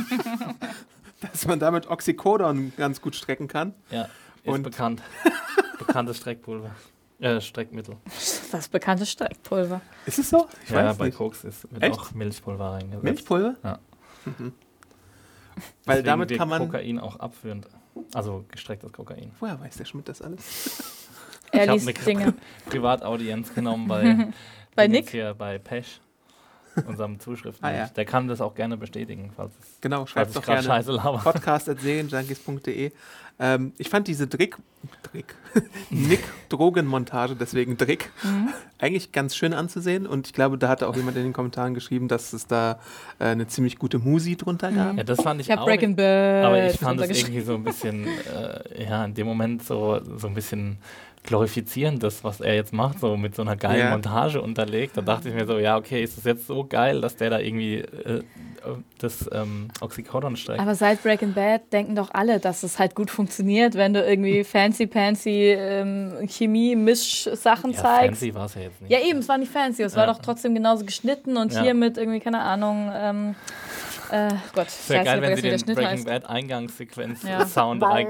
dass man damit Oxycodon ganz gut strecken kann. Ja, ist Und- bekannt. Bekanntes Streckpulver. Äh, Streckmittel. das bekannte Streckpulver. Ist es so? Ich ja, weiß bei nicht. Koks ist, wird Echt? auch Milchpulver reingesetzt. Milchpulver? Ja. Mhm. Weil Deswegen damit wirkt kann man... Kokain auch abführend. Also gestrecktes Kokain. Woher weiß der Schmidt das alles? Er ich habe liest eine Dinge. Privataudienz genommen bei, Bei Dingens Nick? hier bei Pesch, unserem Zuschriften. Ah, ja. Der kann das auch gerne bestätigen, falls, es, Genau, falls schreibt ich doch gerade gerne. Scheiße laber. podcast at serienjunkies punkt de. Ähm, ich fand diese Drick, Drick, Nick-Drogenmontage, deswegen Drick, Mhm. eigentlich ganz schön anzusehen. Und ich glaube, da hatte auch jemand in den Kommentaren geschrieben, dass es da äh, eine ziemlich gute Musi drunter gab. Ja, das fand ich, Ich habe auch. Breaking Bad. Aber ich fand es runtergeschrieben. irgendwie so ein bisschen, äh, ja, in dem Moment so, so ein bisschen glorifizierend, das, was er jetzt macht, so mit so einer geilen Ja. Montage unterlegt. Da dachte ich mir so, ja, okay, ist das jetzt so geil, dass der da irgendwie äh, das ähm, Oxycodon streckt. Aber seit Breaking Bad denken doch alle, dass es halt gut funktioniert, wenn du irgendwie fancy-pancy ähm, Chemie-Misch-Sachen ja, zeigst. fancy war es ja jetzt nicht. Ja, eben, es war nicht fancy, es war Ja. doch trotzdem genauso geschnitten und Ja. hier mit irgendwie, keine Ahnung, ähm, äh, Gott, Es wäre scheiße, geil, ich wenn weiß sie nicht, wie der den Schnitt Breaking heißt. Bad Eingangssequenz Ja. Sound rein.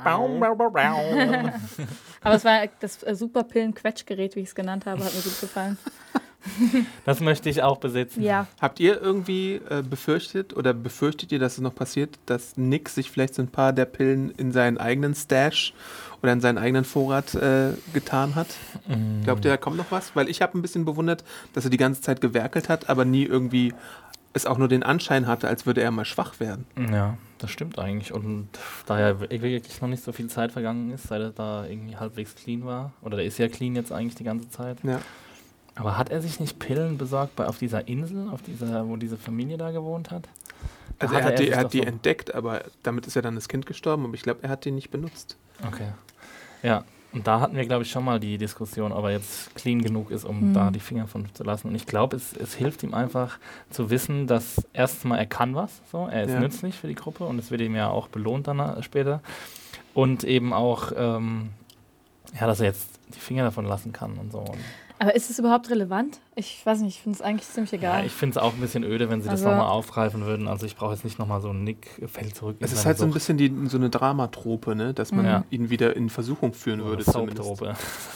Aber es war das äh, Superpillen-Quetschgerät, wie ich es genannt habe, hat mir gut gefallen. Das möchte ich auch besitzen. Ja, Habt ihr irgendwie äh, befürchtet oder befürchtet ihr, dass es noch passiert, dass Nick sich vielleicht so ein paar der Pillen in seinen eigenen Stash oder in seinen eigenen Vorrat äh, getan hat? Mm. Glaubt ihr, da kommt noch was? Weil ich habe ein bisschen bewundert, dass er die ganze Zeit gewerkelt hat, aber nie irgendwie es auch nur den Anschein hatte, als würde er mal schwach werden. Ja, das stimmt eigentlich. Und da ja wirklich noch nicht so viel Zeit vergangen ist, seit er da irgendwie halbwegs clean war, oder der ist ja clean jetzt eigentlich die ganze Zeit. Ja. Aber hat er sich nicht Pillen besorgt bei, auf dieser Insel, auf dieser, wo diese Familie da gewohnt hat? Da Also er hatte hat die, sich er doch hat die so- entdeckt, aber damit ist ja dann das Kind gestorben, aber ich glaube, er hat die nicht benutzt. Okay. Ja, und da hatten wir, glaube ich, schon mal die Diskussion, ob er jetzt clean genug ist, um Mhm. da die Finger von zu lassen. Und ich glaube, es, es hilft ihm einfach zu wissen, dass erstens mal er kann was, so, er ist Ja. nützlich für die Gruppe und es wird ihm ja auch belohnt dann äh, später. Und eben auch, ähm, ja, dass er jetzt die Finger davon lassen kann und so. Und aber ist es überhaupt relevant? Ich weiß nicht, ich finde es eigentlich ziemlich ja, egal. ich finde es auch ein bisschen öde, wenn sie das Also- nochmal aufgreifen würden. Also ich brauche jetzt nicht nochmal so einen Nick, fällt zurück. in Es ist seine halt so ein Sucht. bisschen die, so eine Dramatrope, ne? Dass man Ja. ihn wieder in Versuchung führen So würde. eine Zumindest. Soap-Trope.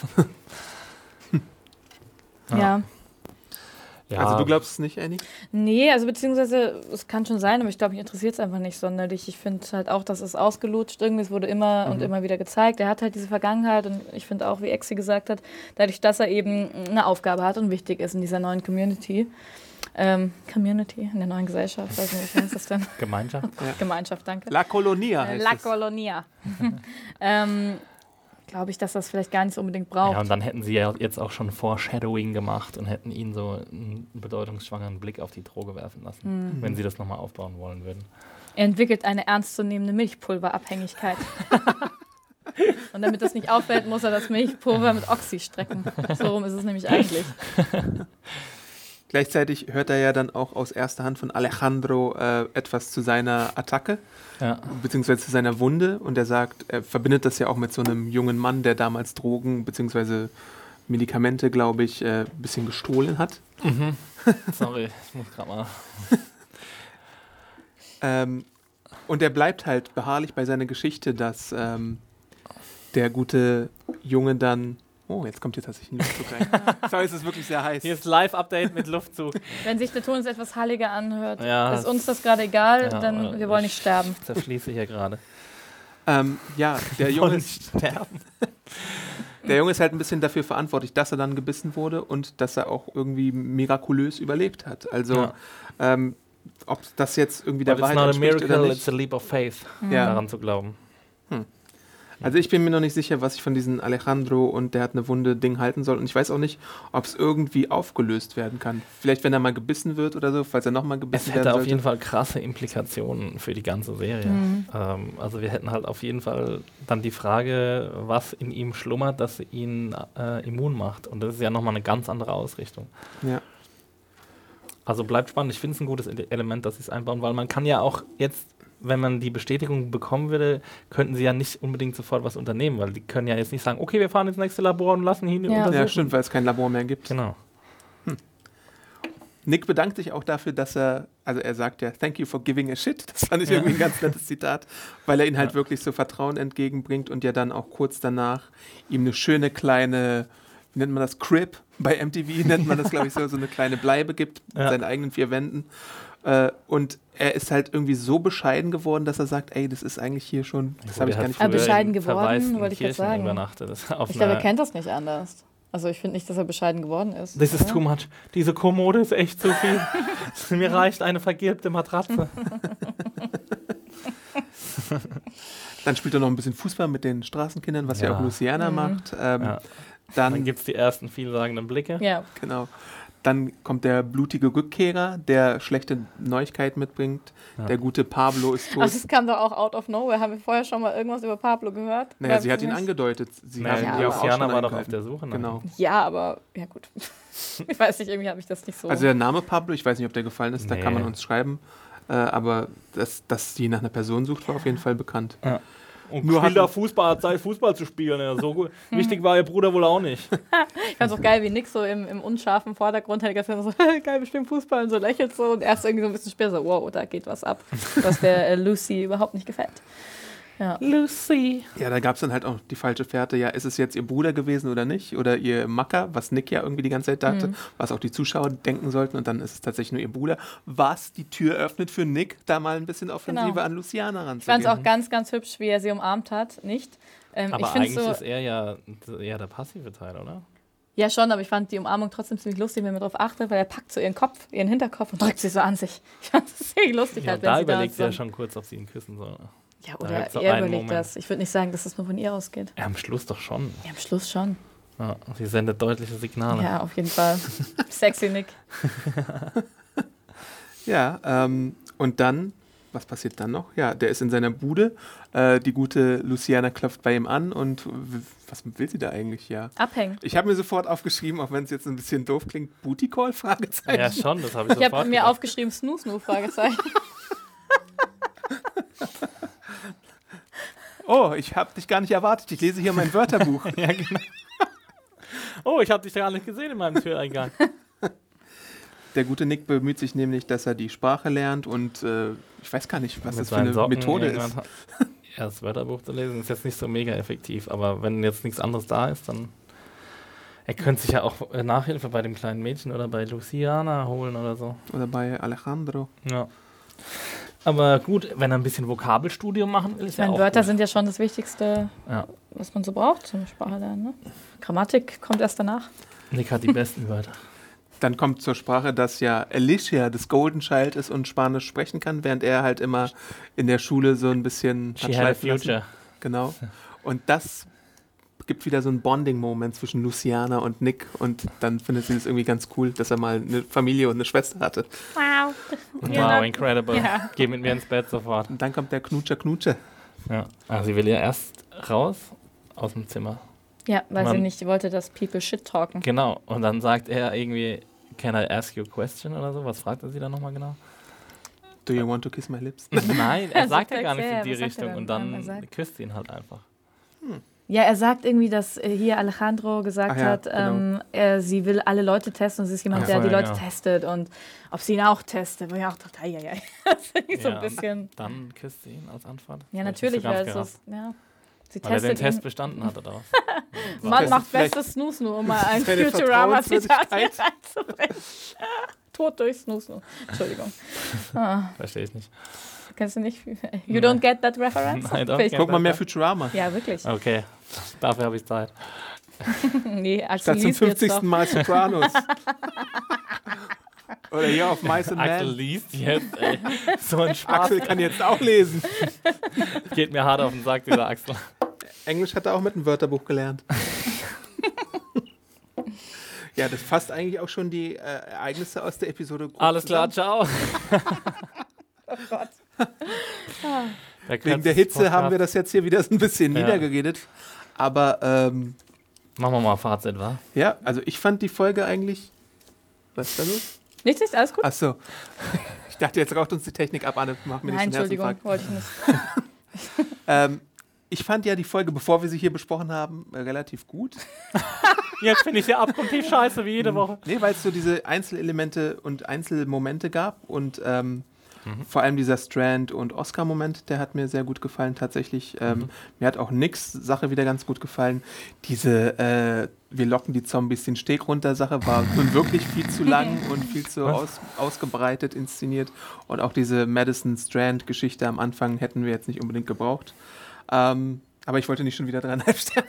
Ja. Ja, Also du glaubst es nicht, Annie? Nee, also beziehungsweise, es kann schon sein, aber ich glaube, mich interessiert es einfach nicht sonderlich. Ich finde halt auch, dass es ausgelutscht irgendwie, es wurde immer und immer wieder gezeigt. Er hat halt diese Vergangenheit und ich finde auch, wie Exi gesagt hat, dadurch, dass er eben eine Aufgabe hat und wichtig ist in dieser neuen Community. Ähm, Community, in der neuen Gesellschaft, weiß nicht, wie heißt das denn? Gemeinschaft. Gemeinschaft, danke. La Colonia Äh, heißt La es. Colonia. ähm, glaube ich, dass das vielleicht gar nicht so unbedingt braucht. Ja, und dann hätten sie ja jetzt auch schon Foreshadowing gemacht und hätten ihn so einen bedeutungsschwangeren Blick auf die Droge werfen lassen, wenn sie das nochmal aufbauen wollen würden. Er entwickelt eine ernstzunehmende Milchpulverabhängigkeit. Und damit das nicht auffällt, muss er das Milchpulver mit Oxy strecken. So rum ist es nämlich eigentlich. Gleichzeitig hört er ja dann auch aus erster Hand von Alejandro äh, etwas zu seiner Attacke, Ja. beziehungsweise zu seiner Wunde. Und er sagt, er verbindet das ja auch mit so einem jungen Mann, der damals Drogen, beziehungsweise Medikamente, glaube ich, ein äh, bisschen gestohlen hat. Mhm. Sorry, ich muss gerade mal. Ähm, und er bleibt halt beharrlich bei seiner Geschichte, dass ähm, der gute Junge dann... Oh, jetzt kommt hier tatsächlich ein Luftzug rein. Sorry, es ist wirklich sehr heiß. Hier ist Live-Update mit Luftzug. Wenn sich der Ton jetzt etwas halliger anhört, Ja, ist uns das gerade egal, ja, dann wir wollen nicht sterben. Ich zerfließe hier gerade. Ähm, ja, der Junge, sterben. der Junge ist halt ein bisschen dafür verantwortlich, dass er dann gebissen wurde und dass er auch irgendwie mirakulös überlebt hat. Also, Ja. ähm, ob das jetzt irgendwie der But it's Wahrheit not a entspricht oder miracle, nicht. it's a leap of faith, Ja. daran zu glauben. Also ich bin mir noch nicht sicher, was ich von diesem Alejandro und der hat eine Wunde Ding halten soll. Und ich weiß auch nicht, ob es irgendwie aufgelöst werden kann. Vielleicht, wenn er mal gebissen wird oder so, falls er nochmal Es gebissen hätte werden auf sollte. jeden Fall krasse Implikationen für die ganze Serie. Mhm. Ähm, also wir hätten halt auf jeden Fall dann die Frage, was in ihm schlummert, dass ihn äh, immun macht. Und das ist ja nochmal eine ganz andere Ausrichtung. Ja. Also bleibt spannend. Ich finde es ein gutes Ele- Element, dass sie es einbauen, weil man kann ja auch jetzt, wenn man die Bestätigung bekommen würde, könnten sie ja nicht unbedingt sofort was unternehmen, weil die können ja jetzt nicht sagen, okay, wir fahren ins nächste Labor und lassen ihn Ja. untersuchen. Ja, stimmt, weil es kein Labor mehr gibt. Genau. Nick bedankt sich auch dafür, dass er, also er sagt ja, thank you for giving a shit. Das fand ich Ja. irgendwie ein ganz nettes Zitat, weil er ihn halt Ja. wirklich so Vertrauen entgegenbringt und ja dann auch kurz danach ihm eine schöne kleine, wie nennt man das, Crib? Bei M T V nennt man das, glaube ich, so, so eine kleine Bleibe gibt mit Ja. seinen eigenen vier Wänden. Äh, und er ist halt irgendwie so bescheiden geworden, dass er sagt, ey, das ist eigentlich hier schon, das habe ich gar nicht Ah, früher bescheiden in geworden, verwaisten wollte ich gerade Kirchen sagen. übernachtet. Auf Ich glaube, er einer- kennt das nicht anders. Also ich finde nicht, dass er bescheiden geworden ist. Das ist oder? too much. Diese Kommode ist echt zu viel. Mir reicht eine vergilbte Matratze. Dann spielt er noch ein bisschen Fußball mit den Straßenkindern, was ja, Ja. auch Luciana Mhm. macht. Ähm, Ja. Dann, Dann gibt es die ersten vielsagenden Blicke. Ja, genau. Dann kommt der blutige Rückkehrer, der schlechte Neuigkeiten mitbringt. Ja. Der gute Pablo ist tot. also es kam doch auch out of nowhere. Haben wir vorher schon mal irgendwas über Pablo gehört? naja, Weiß sie hat ich ihn nicht. angedeutet. Sie Naja, hat Ja, ihn aber- auch Luciana schon war doch auf eingehalten. der Suche nach Genau. Ja, aber ja gut. Ich weiß nicht, irgendwie habe ich das nicht so. Also der Name Pablo, ich weiß nicht, ob der gefallen ist, da kann man Nee. uns schreiben. Äh, aber dass, dass sie nach einer Person sucht, war auf jeden Fall bekannt. Und Nur Nur hat- hat Fußball, hat Zeit, Fußball zu spielen. Ja, so gut. Wichtig war ihr Bruder wohl auch nicht. Ich fand es auch geil, wie Nick so im, im unscharfen Vordergrund halt die ganze Zeit so, geil, wir spielen Fußball und so lächelt so und erst irgendwie so ein bisschen später so, wow, da geht was ab, was der äh, Lucy überhaupt nicht gefällt. Ja. Lucy. Ja, da gab es dann halt auch die falsche Fährte. Ja, ist es jetzt ihr Bruder gewesen oder nicht? Oder ihr Macker, was Nick ja irgendwie die ganze Zeit dachte, Mhm. was auch die Zuschauer denken sollten. Und dann ist es tatsächlich nur ihr Bruder, was die Tür öffnet für Nick, da mal ein bisschen Offensive Genau. an Luciana Ich ranzugehen. fand es auch ganz, ganz hübsch, wie er sie umarmt hat, nicht? Ähm, Aber ich find's eigentlich so, ist er ja eher der passive Teil, oder? ja schon, aber ich fand die Umarmung trotzdem ziemlich lustig, wenn man darauf achtet, weil er packt so ihren Kopf, ihren Hinterkopf und drückt sie so an sich. Ich fand das sehr lustig Ja, halt, wenn da sie überlegt sie ja zusammen- schon kurz, ob sie ihn küssen soll. Ja, Da oder gibt's so er einen überlegt Moment. das. Ich würde nicht sagen, dass das nur von ihr ausgeht. Ja, am Schluss doch schon. Ja, am Schluss schon. Ja, sie sendet deutliche Signale. Ja, auf jeden Fall. Sexy Nick. Ja, ähm, und dann, was passiert dann noch? Ja, der ist in seiner Bude. Äh, die gute Luciana klopft bei ihm an und w- was will sie da eigentlich? Ja. Abhängen. Ich habe mir sofort aufgeschrieben, auch wenn es jetzt ein bisschen doof klingt, Booty Call? Fragezeichen. Ja, schon, das habe ich Ich sofort habe mir gedacht. aufgeschrieben, Snoo Snoo, Fragezeichen. Oh, ich habe dich gar nicht erwartet. Ich lese hier mein Wörterbuch. Ja, genau. Oh, ich habe dich gar nicht gesehen in meinem Türeingang. Der gute Nick bemüht sich nämlich, dass er die Sprache lernt und äh, ich weiß gar nicht, was Mit das für seinen eine Socken Methode ist. irgendwann hat- Ja, das Wörterbuch zu lesen ist jetzt nicht so mega effektiv, aber wenn jetzt nichts anderes da ist, dann. Er könnte sich ja auch äh, Nachhilfe bei dem kleinen Mädchen oder bei Luciana holen oder so. Oder bei Alejandro. Ja. Aber gut, wenn er ein bisschen Vokabelstudium machen will, ist Ich ja meine, auch Wörter gut. sind ja schon das Wichtigste, Ja. was man so braucht zum Sprache lernen. Ne? Grammatik kommt erst danach. Nick hat die besten Wörter. Dann kommt zur Sprache, dass ja Alicia das Golden Child ist und Spanisch sprechen kann, während er halt immer in der Schule so ein bisschen She hat had a schleifen lassen. future. Genau. Und das gibt wieder so einen Bonding-Moment zwischen Luciana und Nick und dann findet sie das irgendwie ganz cool, dass er mal eine Familie und eine Schwester hatte. Wow. Wow, incredible. Ja. Geh mit mir ins Bett sofort. Und dann kommt der Knutscher Knutscher. Ja. Also sie will ja erst raus, aus dem Zimmer. Ja, weil Man- sie nicht wollte, dass people shit talken. Genau, und dann sagt er irgendwie, can I ask you a question oder so? Was fragt er sie dann nochmal genau? Do you want to kiss my lips? Nein, er Er sagt sagt ja gar ja, nichts in die was sagt er Richtung dann? und dann Ähm, er sagt- küsst sie ihn halt einfach. Ja, er sagt irgendwie, dass äh, hier Alejandro gesagt Ach ja, hat, ähm, er, sie will alle Leute testen und sie ist jemand, Ach der so, die ja, Leute genau. testet und ob sie ihn auch testet. Wo ich auch dachte, ei, ei, ei. Das finde ich so Ja. ein bisschen. Dann küsst sie ihn als Antwort. Ja, Hab ich nicht natürlich, so ganz weil es gerafft. ist, ja. Sie Weil er den testet Test ihn. bestanden hat oder was? Mann Testet macht vielleicht bestes Snoo-Snoo, um mal ein seine Futurama-Zitat hier Vertrauenswürdigkeit. reinzubringen. Tod durch Snoo-Snoo. Entschuldigung. Ah, Verstehe ich nicht. kennst du nicht? You don't get that reference? Nein, don't Vielleicht- get Guck mal that. mehr Futurama. Ja, wirklich. Okay, dafür habe ich Zeit. Nee, als Statt zum liest jetzt doch. fünfzigsten Mal Sopranos. Oder hier auf Mice and Axel Men. liest jetzt, ey. So ein Spaß. Axel kann jetzt auch lesen. Geht mir hart auf den Sack, dieser Axel. Englisch hat er auch mit einem Wörterbuch gelernt. Ja, das fasst eigentlich auch schon die äh, Ereignisse aus der Episode gut Alles klar, zusammen. ciao. Oh Gott. Wegen der Hitze haben wir das jetzt hier wieder so ein bisschen Ja. niedergeredet. Aber ähm, Machen wir mal Fazit, wa? ja, also ich fand die Folge eigentlich. Was ist da los? Nichts, nichts, alles gut? Achso. Ich dachte, jetzt raucht uns die Technik ab, Anne. Mach mir Nein, nicht den Entschuldigung, Herzinfarkt. wollte ich nicht. Ähm, ich fand ja die Folge, bevor wir sie hier besprochen haben, äh, relativ gut. Jetzt finde ich sie abgrundtief scheiße, wie jede Woche. Nee, weil es so diese Einzelelemente und Einzelmomente gab und ähm, Mhm. vor allem dieser Strand- und Oscar-Moment, der hat mir sehr gut gefallen tatsächlich. Ähm, Mhm. Mir hat auch Nix Sache wieder ganz gut gefallen. Diese äh, wir locken die Zombies den Steg runter Sache war nun wirklich viel zu lang und viel zu Was? aus, ausgebreitet inszeniert. Und auch diese Madison Strand-Geschichte am Anfang hätten wir jetzt nicht unbedingt gebraucht. Ähm, aber ich wollte nicht schon wieder dreieinhalb Sterne.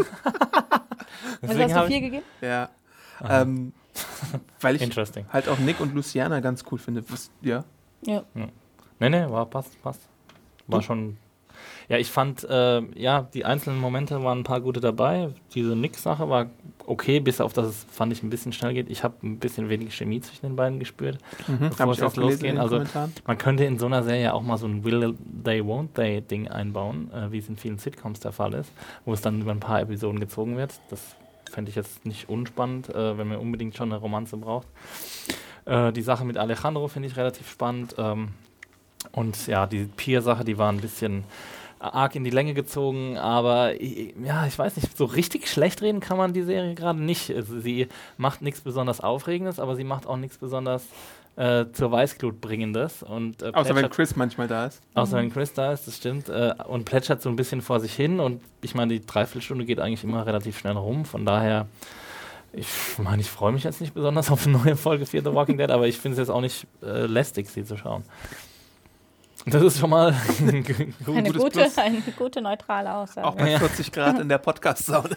Was Deswegen hast du habe vier ich, gegeben? Ja. Aha. Ähm, weil ich Interesting. halt auch Nick und Luciana ganz cool finde. Was, ja. Ja. Nee, nee, war, passt, passt. War Du? schon. Ja, ich fand, äh, ja, die einzelnen Momente waren ein paar gute dabei. Diese Nix-Sache war okay, bis auf dass es, fand ich, ein bisschen schnell geht. Ich habe ein bisschen wenig Chemie zwischen den beiden gespürt. Mhm. Bevor Hab es ich auch jetzt gelesen losgeht, in den also- Kommentaren. Man könnte in so einer Serie auch mal so ein Will they, won't they Ding einbauen, äh, wie es in vielen Sitcoms der Fall ist, wo es dann über ein paar Episoden gezogen wird. Das fände ich jetzt nicht unspannend, äh, wenn man unbedingt schon eine Romanze braucht. Äh, die Sache mit Alejandro finde ich relativ spannend. Ähm, und ja, die Pier-Sache, die war ein bisschen arg in die Länge gezogen, aber ich, ja, ich weiß nicht, so richtig schlecht reden kann man die Serie gerade nicht. Also sie macht nichts besonders Aufregendes, aber sie macht auch nichts besonders äh, zur Weißglut bringendes. Und, äh, Außer wenn plätschert- Chris manchmal da ist. Außer wenn Chris da ist, das stimmt. Äh, und plätschert so ein bisschen vor sich hin. Und ich meine, die Dreiviertelstunde geht eigentlich immer relativ schnell rum. Von daher, ich meine, ich freue mich jetzt nicht besonders auf eine neue Folge Fear the Walking Dead, aber ich finde es jetzt auch nicht äh, lästig, sie zu schauen. Das ist schon mal ein g- Eine gutes gute, Plus. eine gute neutrale Aussage. Auch bei Ja. vierzig Grad in der Podcast-Saune.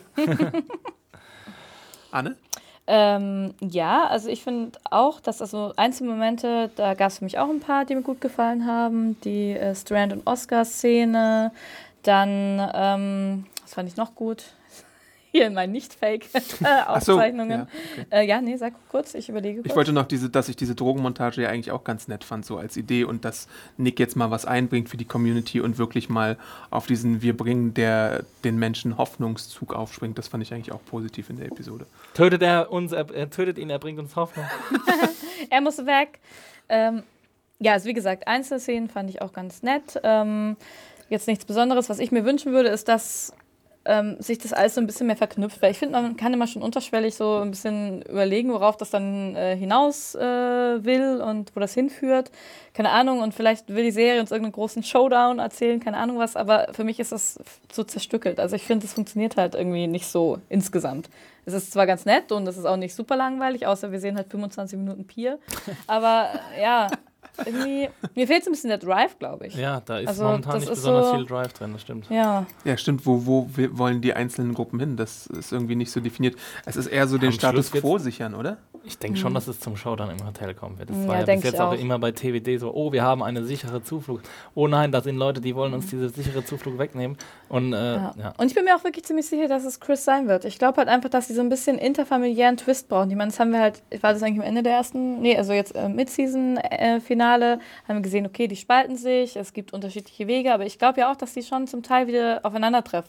Anne? Ähm, ja, also ich finde auch, dass also Einzelmomente, da gab es für mich auch ein paar, die mir gut gefallen haben. Die äh, Strand- und Oscar-Szene. Dann, ähm, was fand ich noch gut? Hier in meinen Ach so, Nicht-Fake-Aufzeichnungen. ja, okay. Äh, ja, nee, sag kurz, ich überlege kurz. Ich wollte noch, diese, dass ich diese Drogenmontage ja eigentlich auch ganz nett fand, so als Idee und dass Nick jetzt mal was einbringt für die Community und wirklich mal auf diesen Wir bringen der den Menschen Hoffnungszug aufspringt. Das fand ich eigentlich auch positiv in der Episode. Tötet er uns, er, er tötet ihn, er bringt uns Hoffnung. Er muss weg. Ähm, ja, also wie gesagt, Einzelszenen fand ich auch ganz nett. Ähm, jetzt nichts Besonderes. Was ich mir wünschen würde, ist, dass ähm, sich das alles so ein bisschen mehr verknüpft. Weil ich finde, man kann immer schon unterschwellig so ein bisschen überlegen, worauf das dann äh, hinaus äh, will und wo das hinführt. Keine Ahnung. Und vielleicht will die Serie uns irgendeinen großen Showdown erzählen, keine Ahnung was. Aber für mich ist das so zerstückelt. Also ich finde, es funktioniert halt irgendwie nicht so insgesamt. Es ist zwar ganz nett und es ist auch nicht super langweilig, außer wir sehen halt fünfundzwanzig Minuten Pier. Aber äh, ja, irgendwie, mir fehlt so ein bisschen der Drive, glaube ich. Ja, da ist Also, momentan das nicht ist besonders so- viel Drive drin, das stimmt. Ja, Ja, stimmt. Wo, wo wir- wollen die einzelnen Gruppen hin? Das ist irgendwie nicht so definiert. Es ist eher so den Am Status Schluss quo sichern, oder? Ich denke schon, dass es zum Showdown im Hotel kommen wird. Das Ja, war ja denk bis ich jetzt auch auch. immer bei T W D so, oh, wir haben eine sichere Zuflucht. Oh nein, da sind Leute, die wollen uns diese sichere Zuflucht wegnehmen. Und äh, ja. ja. Und ich bin mir auch wirklich ziemlich sicher, dass es Chris sein wird. Ich glaube halt einfach, dass sie so ein bisschen interfamiliären Twist brauchen. Ich meine, das haben wir halt, war das eigentlich am Ende der ersten, nee, also jetzt äh, Mid-Season-Finale, haben wir gesehen, okay, die spalten sich, es gibt unterschiedliche Wege, aber ich glaube ja auch, dass die schon zum Teil wieder aufeinandertreffen.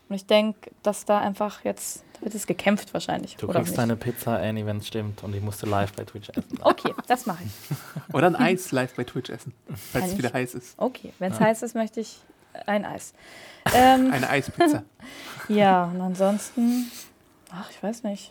Und ich denke, dass da einfach jetzt, da wird es gekämpft wahrscheinlich. Du oder kriegst nicht. deine Pizza, Annie, wenn es stimmt. Und die musst du live bei Twitch essen. Okay, das mache ich. Oder ein Eis live bei Twitch essen, falls Kann es wieder ich? heiß ist. Okay, wenn es Ja. heiß ist, möchte ich ein Eis. Ähm, Eine Eispizza. ja, und ansonsten, ach, ich weiß nicht.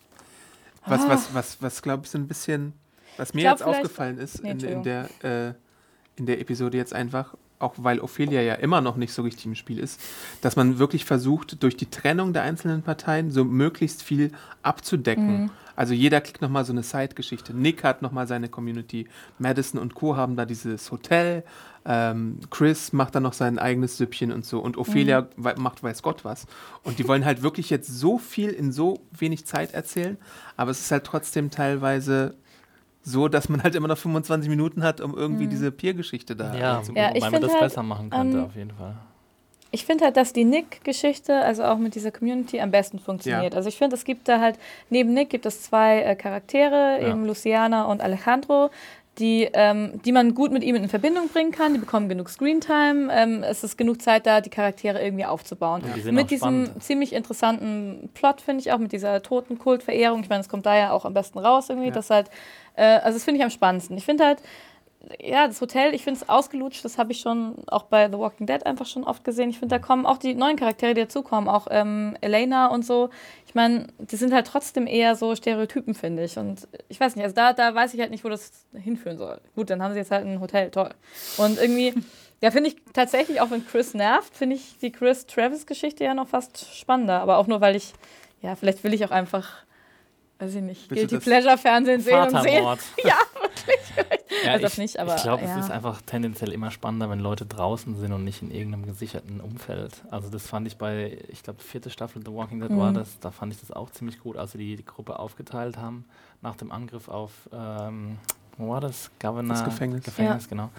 Was, Ah. was, was, was glaube ich, so ein bisschen, was mir Ich glaub, jetzt vielleicht- aufgefallen ist Nee, in, in, der, äh, in der Episode jetzt einfach, auch weil Ophelia ja immer noch nicht so richtig im Spiel ist, dass man wirklich versucht, durch die Trennung der einzelnen Parteien so möglichst viel abzudecken. Mhm. Also jeder kriegt nochmal so eine Side-Geschichte. Nick hat nochmal seine Community. Madison und Co. haben da dieses Hotel. Ähm, Chris macht dann noch sein eigenes Süppchen und so. Und Ophelia we- macht weiß Gott was. Und die wollen halt wirklich jetzt so viel in so wenig Zeit erzählen. Aber es ist halt trotzdem teilweise so, dass man halt immer noch fünfundzwanzig Minuten hat, um irgendwie Mhm. diese Peer-Geschichte da Ja, zu Ja, ich wobei man find das halt, besser machen könnte, ähm, auf jeden Fall. Ich finde halt, dass die Nick-Geschichte, also auch mit dieser Community, am besten funktioniert. Ja. Also ich finde, es gibt da halt, neben Nick gibt es zwei äh, Charaktere, Ja. eben Luciana und Alejandro, die, ähm, die man gut mit ihm in Verbindung bringen kann. Die bekommen genug Screentime. Ähm, es ist genug Zeit da, die Charaktere irgendwie aufzubauen. Und die sind auch Mit diesem spannend. ziemlich interessanten Plot, finde ich auch, mit dieser Totenkult-Verehrung. Ich meine, es kommt da ja auch am besten raus irgendwie. Ja. Das halt, äh, also das finde ich am spannendsten. Ich finde halt, ja, das Hotel, ich finde es ausgelutscht, das habe ich schon auch bei The Walking Dead einfach schon oft gesehen. Ich finde, da kommen auch die neuen Charaktere, die dazukommen, auch ähm, Elena und so. Ich meine, die sind halt trotzdem eher so Stereotypen, finde ich. Und ich weiß nicht, also da, da weiß ich halt nicht, wo das hinführen soll. Gut, dann haben sie jetzt halt ein Hotel, toll. Und irgendwie, ja, finde ich tatsächlich, auch wenn Chris nervt, finde ich die Chris-Travis-Geschichte ja noch fast spannender. Aber auch nur, weil ich, ja, vielleicht will ich auch einfach, weiß ich nicht, Willst du Guilty das Pleasure-Fernsehen sehen und sehen. Vatermord. Ja, wirklich. Ja, Also das ich, nicht, aber, ich glaube, ja. es ist einfach tendenziell immer spannender, wenn Leute draußen sind und nicht in irgendeinem gesicherten Umfeld. Also das fand ich bei, ich glaube, vierte Staffel The Walking Dead Mhm. war das, da fand ich das auch ziemlich gut, als sie die, die Gruppe aufgeteilt haben nach dem Angriff auf, ähm, wo war das? Governor? Das Gefängnis. Gefängnis, genau.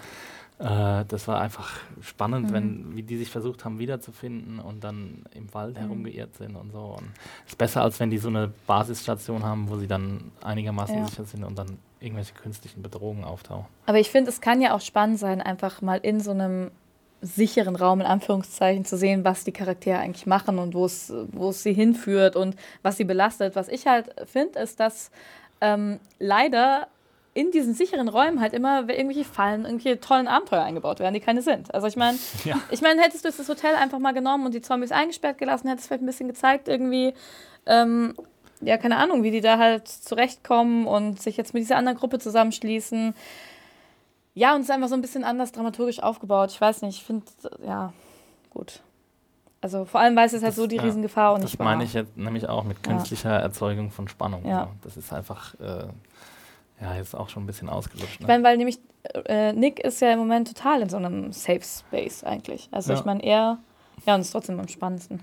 Äh, das war einfach spannend, Mhm. wenn, wie die sich versucht haben wiederzufinden und dann im Wald Mhm. herumgeirrt sind und so. Und es ist besser, als wenn die so eine Basisstation haben, wo sie dann einigermaßen Ja. sicher sind und dann irgendwelche künstlichen Bedrohungen auftauchen. Aber ich finde, es kann ja auch spannend sein, einfach mal in so einem sicheren Raum, in Anführungszeichen, zu sehen, was die Charaktere eigentlich machen und wo es wo es sie hinführt und was sie belastet. Was ich halt finde, ist, dass ähm, leider in diesen sicheren Räumen halt immer irgendwelche Fallen, irgendwelche tollen Abenteuer eingebaut werden, die keine sind. Also ich meine, Ja. ich meine, hättest du jetzt das Hotel einfach mal genommen und die Zombies eingesperrt gelassen, hättest du vielleicht ein bisschen gezeigt, irgendwie, ähm, ja, keine Ahnung, wie die da halt zurechtkommen und sich jetzt mit dieser anderen Gruppe zusammenschließen. Ja, und es ist einfach so ein bisschen anders dramaturgisch aufgebaut. Ich weiß nicht, ich finde, ja, gut. Also vor allem, weil es ist halt Das- so die ja, Riesengefahr und Das nicht meine wahr. ich jetzt nämlich auch mit Ja. künstlicher Erzeugung von Spannung. Ja. So. Das ist einfach, äh, ja, jetzt auch schon ein bisschen ausgelutscht. Ich Ne? meine, weil nämlich äh, Nick ist ja im Moment total in so einem Safe Space eigentlich. Also Ja. ich meine, er, ja, und ist trotzdem am spannendsten.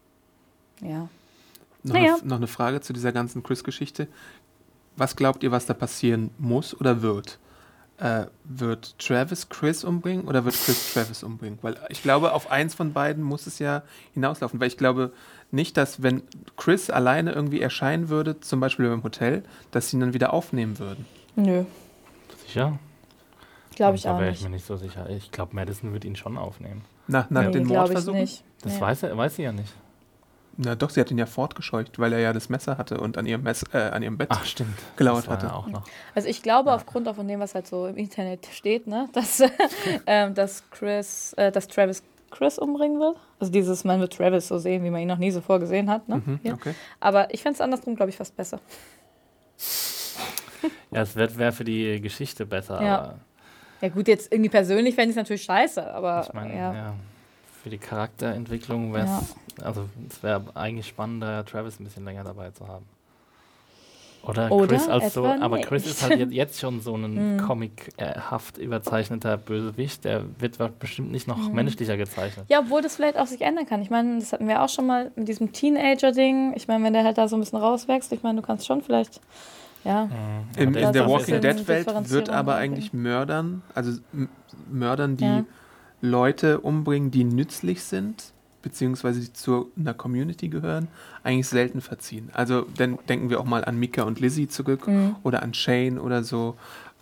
Ja. Noch, Naja. eine, noch eine Frage zu dieser ganzen Chris-Geschichte. Was glaubt ihr, was da passieren muss oder wird? Äh, wird Travis Chris umbringen oder wird Chris Travis umbringen? Weil ich glaube, auf eins von beiden muss es ja hinauslaufen. Weil ich glaube nicht, dass wenn Chris alleine irgendwie erscheinen würde, zum Beispiel beim Hotel, dass sie ihn dann wieder aufnehmen würden. Nö, Sicher? glaube ich da auch wäre nicht. ich mir nicht so sicher. Ich glaube, Madison wird ihn schon aufnehmen. Nach, nach Nee, den glaube ich Mordversuchen? nicht. Das Nee. weiß, er, weiß sie ja nicht. Na doch, sie hat ihn ja fortgescheucht, weil er ja das Messer hatte und an ihrem, Mess, äh, an ihrem Bett Ach, stimmt. gelauert Das war hatte. ja auch noch. Also ich glaube, Ja. aufgrund auch von dem, was halt so im Internet steht, ne, dass, ähm, dass Chris, äh, dass Travis Chris umbringen wird. Also dieses, man wird Travis so sehen, wie man ihn noch nie so vorgesehen hat. Ne? Mhm, Hier. okay. Aber ich fände es andersrum, glaube ich, fast besser. Ja, es wäre für die Geschichte besser, Ja. aber Ja gut, jetzt irgendwie persönlich fände ich es natürlich scheiße, aber ich meine, ja. ja. für die Charakterentwicklung wäre es, also es wäre eigentlich spannender, Travis ein bisschen länger dabei zu haben. Oder, Oder Chris als so, etwa aber nicht. Chris ist halt jetzt, jetzt schon so ein Mhm. comichaft überzeichneter Bösewicht, der wird wa- bestimmt nicht noch Mhm. menschlicher gezeichnet. Ja, obwohl das vielleicht auch sich ändern kann. Ich meine, das hatten wir auch schon mal mit diesem Teenager-Ding. Ich meine, wenn der halt da so ein bisschen rauswächst, ich meine, du kannst schon vielleicht, ja. Mhm. In, Aber in der ist auch Walking ein bisschen Dead-Welt wird Differenzierung aber rein. eigentlich Mördern, also M- Mördern, die Ja. Leute umbringen, die nützlich sind, beziehungsweise die zu einer Community gehören, eigentlich selten verziehen. Also dann denken wir auch mal an Mika und Lizzie zurück Mhm. oder an Shane oder so.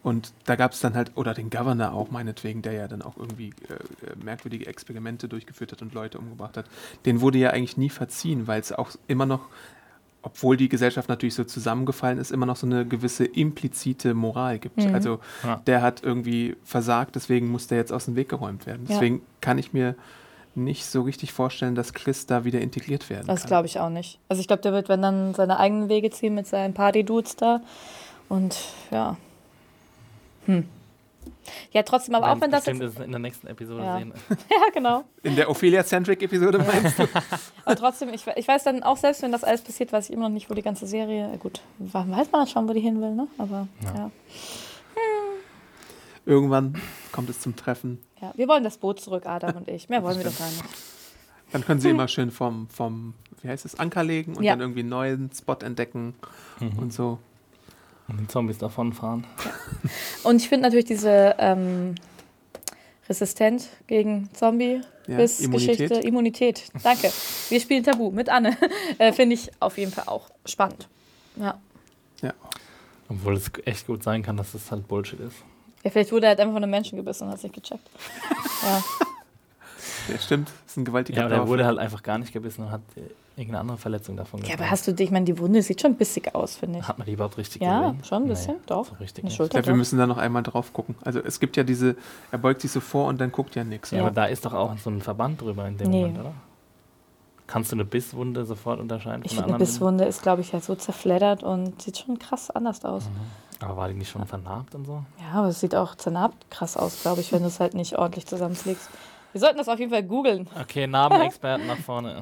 Und da gab es dann halt, oder den Governor auch meinetwegen, der ja dann auch irgendwie äh, merkwürdige Experimente durchgeführt hat und Leute umgebracht hat. Den wurde ja eigentlich nie verziehen, weil es auch immer noch, obwohl die Gesellschaft natürlich so zusammengefallen ist, immer noch so eine gewisse implizite Moral gibt. Mhm. Also Ja. der hat irgendwie versagt, deswegen muss der jetzt aus dem Weg geräumt werden. Ja. Deswegen kann ich mir nicht so richtig vorstellen, dass Chris da wieder integriert werden Das kann. glaube ich auch nicht. Also ich glaube, der wird, wenn dann, seine eigenen Wege ziehen mit seinen Party-Dudes da. Und ja. Hm. Ja, trotzdem, aber auch wenn das jetzt... Bestimmt in der nächsten Episode Ja. sehen. Ja, genau. In der Ophelia-Centric-Episode meinst du? Aber trotzdem, ich, ich weiß dann auch, selbst wenn das alles passiert, weiß ich immer noch nicht, wo die ganze Serie... Gut, weiß man dann schon, wo die hin will, ne? Aber Ja. ja. Irgendwann kommt es zum Treffen. ja. Wir wollen das Boot zurück, Adam und ich. Mehr wollen wir doch gar nicht. Dann können sie immer schön vom, vom, wie heißt es, Anker legen und Ja. dann irgendwie einen neuen Spot entdecken Mhm. und so. Und die Zombies davonfahren. Und ich finde natürlich diese ähm, resistent gegen Zombie Ja, bis Immunität. Geschichte, Immunität. Danke. Wir spielen Tabu mit Anne. Äh, finde ich auf jeden Fall auch spannend. Ja. Ja. Obwohl es echt gut sein kann, dass das halt Bullshit ist. Ja, vielleicht wurde er halt einfach von einem Menschen gebissen und hat es nicht gecheckt. Ja. Ja, stimmt. Das ist ein gewaltiger Ja, aber der Dorf. wurde halt einfach gar nicht gebissen und hat äh, irgendeine andere Verletzung davon ja, getragen. aber hast du dich, ich meine, die Wunde sieht schon bissig aus, finde ich. Hat man die überhaupt richtig Ja, gesehen? schon ein bisschen, doch. So richtig Eine nicht. Schulter. Ich glaube, wir müssen da noch einmal drauf gucken. Also es gibt ja diese, er beugt sich so vor und dann guckt ja nichts. Ja, Ja. aber da ist doch auch so ein Verband drüber in dem Nee. Moment, oder? Kannst du eine Bisswunde sofort unterscheiden Ich von finde, einer eine anderen? Bisswunde ist, glaube ich, halt so zerfleddert und sieht schon krass anders aus. Mhm. Aber war die nicht schon vernarbt und so? Ja, aber es sieht auch zernarbt krass aus, glaube ich, wenn du es halt nicht ordentlich zusammenlegst. Wir sollten das auf jeden Fall googeln. Okay, Narbenexperten nach vorne.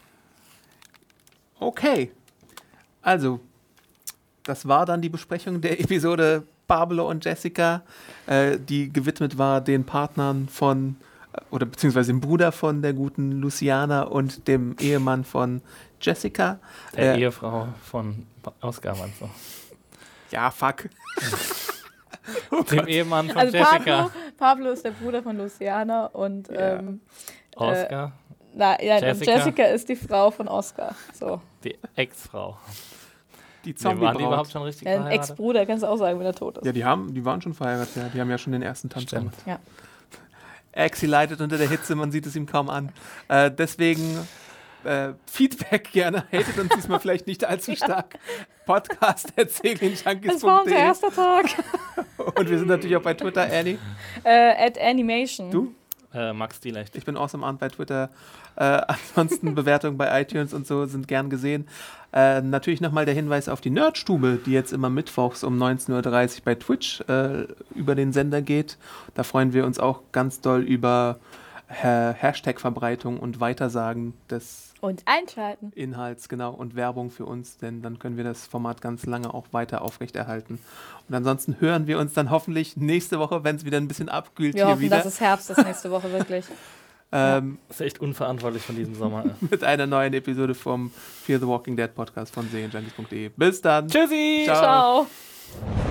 Okay. Also, das war dann die Besprechung der Episode Pablo und Jessica, äh, die gewidmet war den Partnern von, äh, oder beziehungsweise dem Bruder von der guten Luciana und dem Ehemann von Jessica. Der Äh, Ehefrau von Oscar, meinst du? Ja, fuck. Dem Ehemann von Also Jessica. Pablo, Pablo ist der Bruder von Luciana und Ja. ähm, Oscar, na, ja, Jessica. Jessica. Jessica ist die Frau von Oscar. So. die Ex-Frau. Die Nee, waren die überhaupt Zombie-Braut. schon richtig Ja, ein verheiratet? Ex-Bruder, kannst du auch sagen, wenn er tot ist. Ja, die, haben, die waren schon verheiratet, ja. Die haben ja schon den ersten Tanz Stimmt. gemacht. Ja. Exi leidet unter der Hitze, man sieht es ihm kaum an. Äh, deswegen äh, Feedback gerne. Hatet uns diesmal vielleicht nicht allzu stark. Podcast at segelinjunkies Das war punkt unser de. erster Tag. Und wir sind natürlich auch bei Twitter, Annie. äh, at Animation. Du? Äh, Max Dielecht. Ich bin awesome Arndt bei Twitter. Äh, ansonsten Bewertungen bei iTunes und so sind gern gesehen. Äh, natürlich nochmal der Hinweis auf die Nerdstube, die jetzt immer mittwochs um neunzehn Uhr dreißig bei Twitch äh, über den Sender geht. Da freuen wir uns auch ganz doll über äh, Hashtag-Verbreitung und Weitersagen des Und einschalten. Inhalts, genau, und Werbung für uns, denn dann können wir das Format ganz lange auch weiter aufrechterhalten. Und ansonsten hören wir uns dann hoffentlich nächste Woche, wenn es wieder ein bisschen abkühlt Wir hier hoffen, wieder, dass es Herbst ist nächste Woche, wirklich. ähm, Das ist echt unverantwortlich von diesem Sommer. mit einer neuen Episode vom Fear the Walking Dead Podcast von segenjunkies punkt de. Bis dann. Tschüssi! Ciao. Ciao.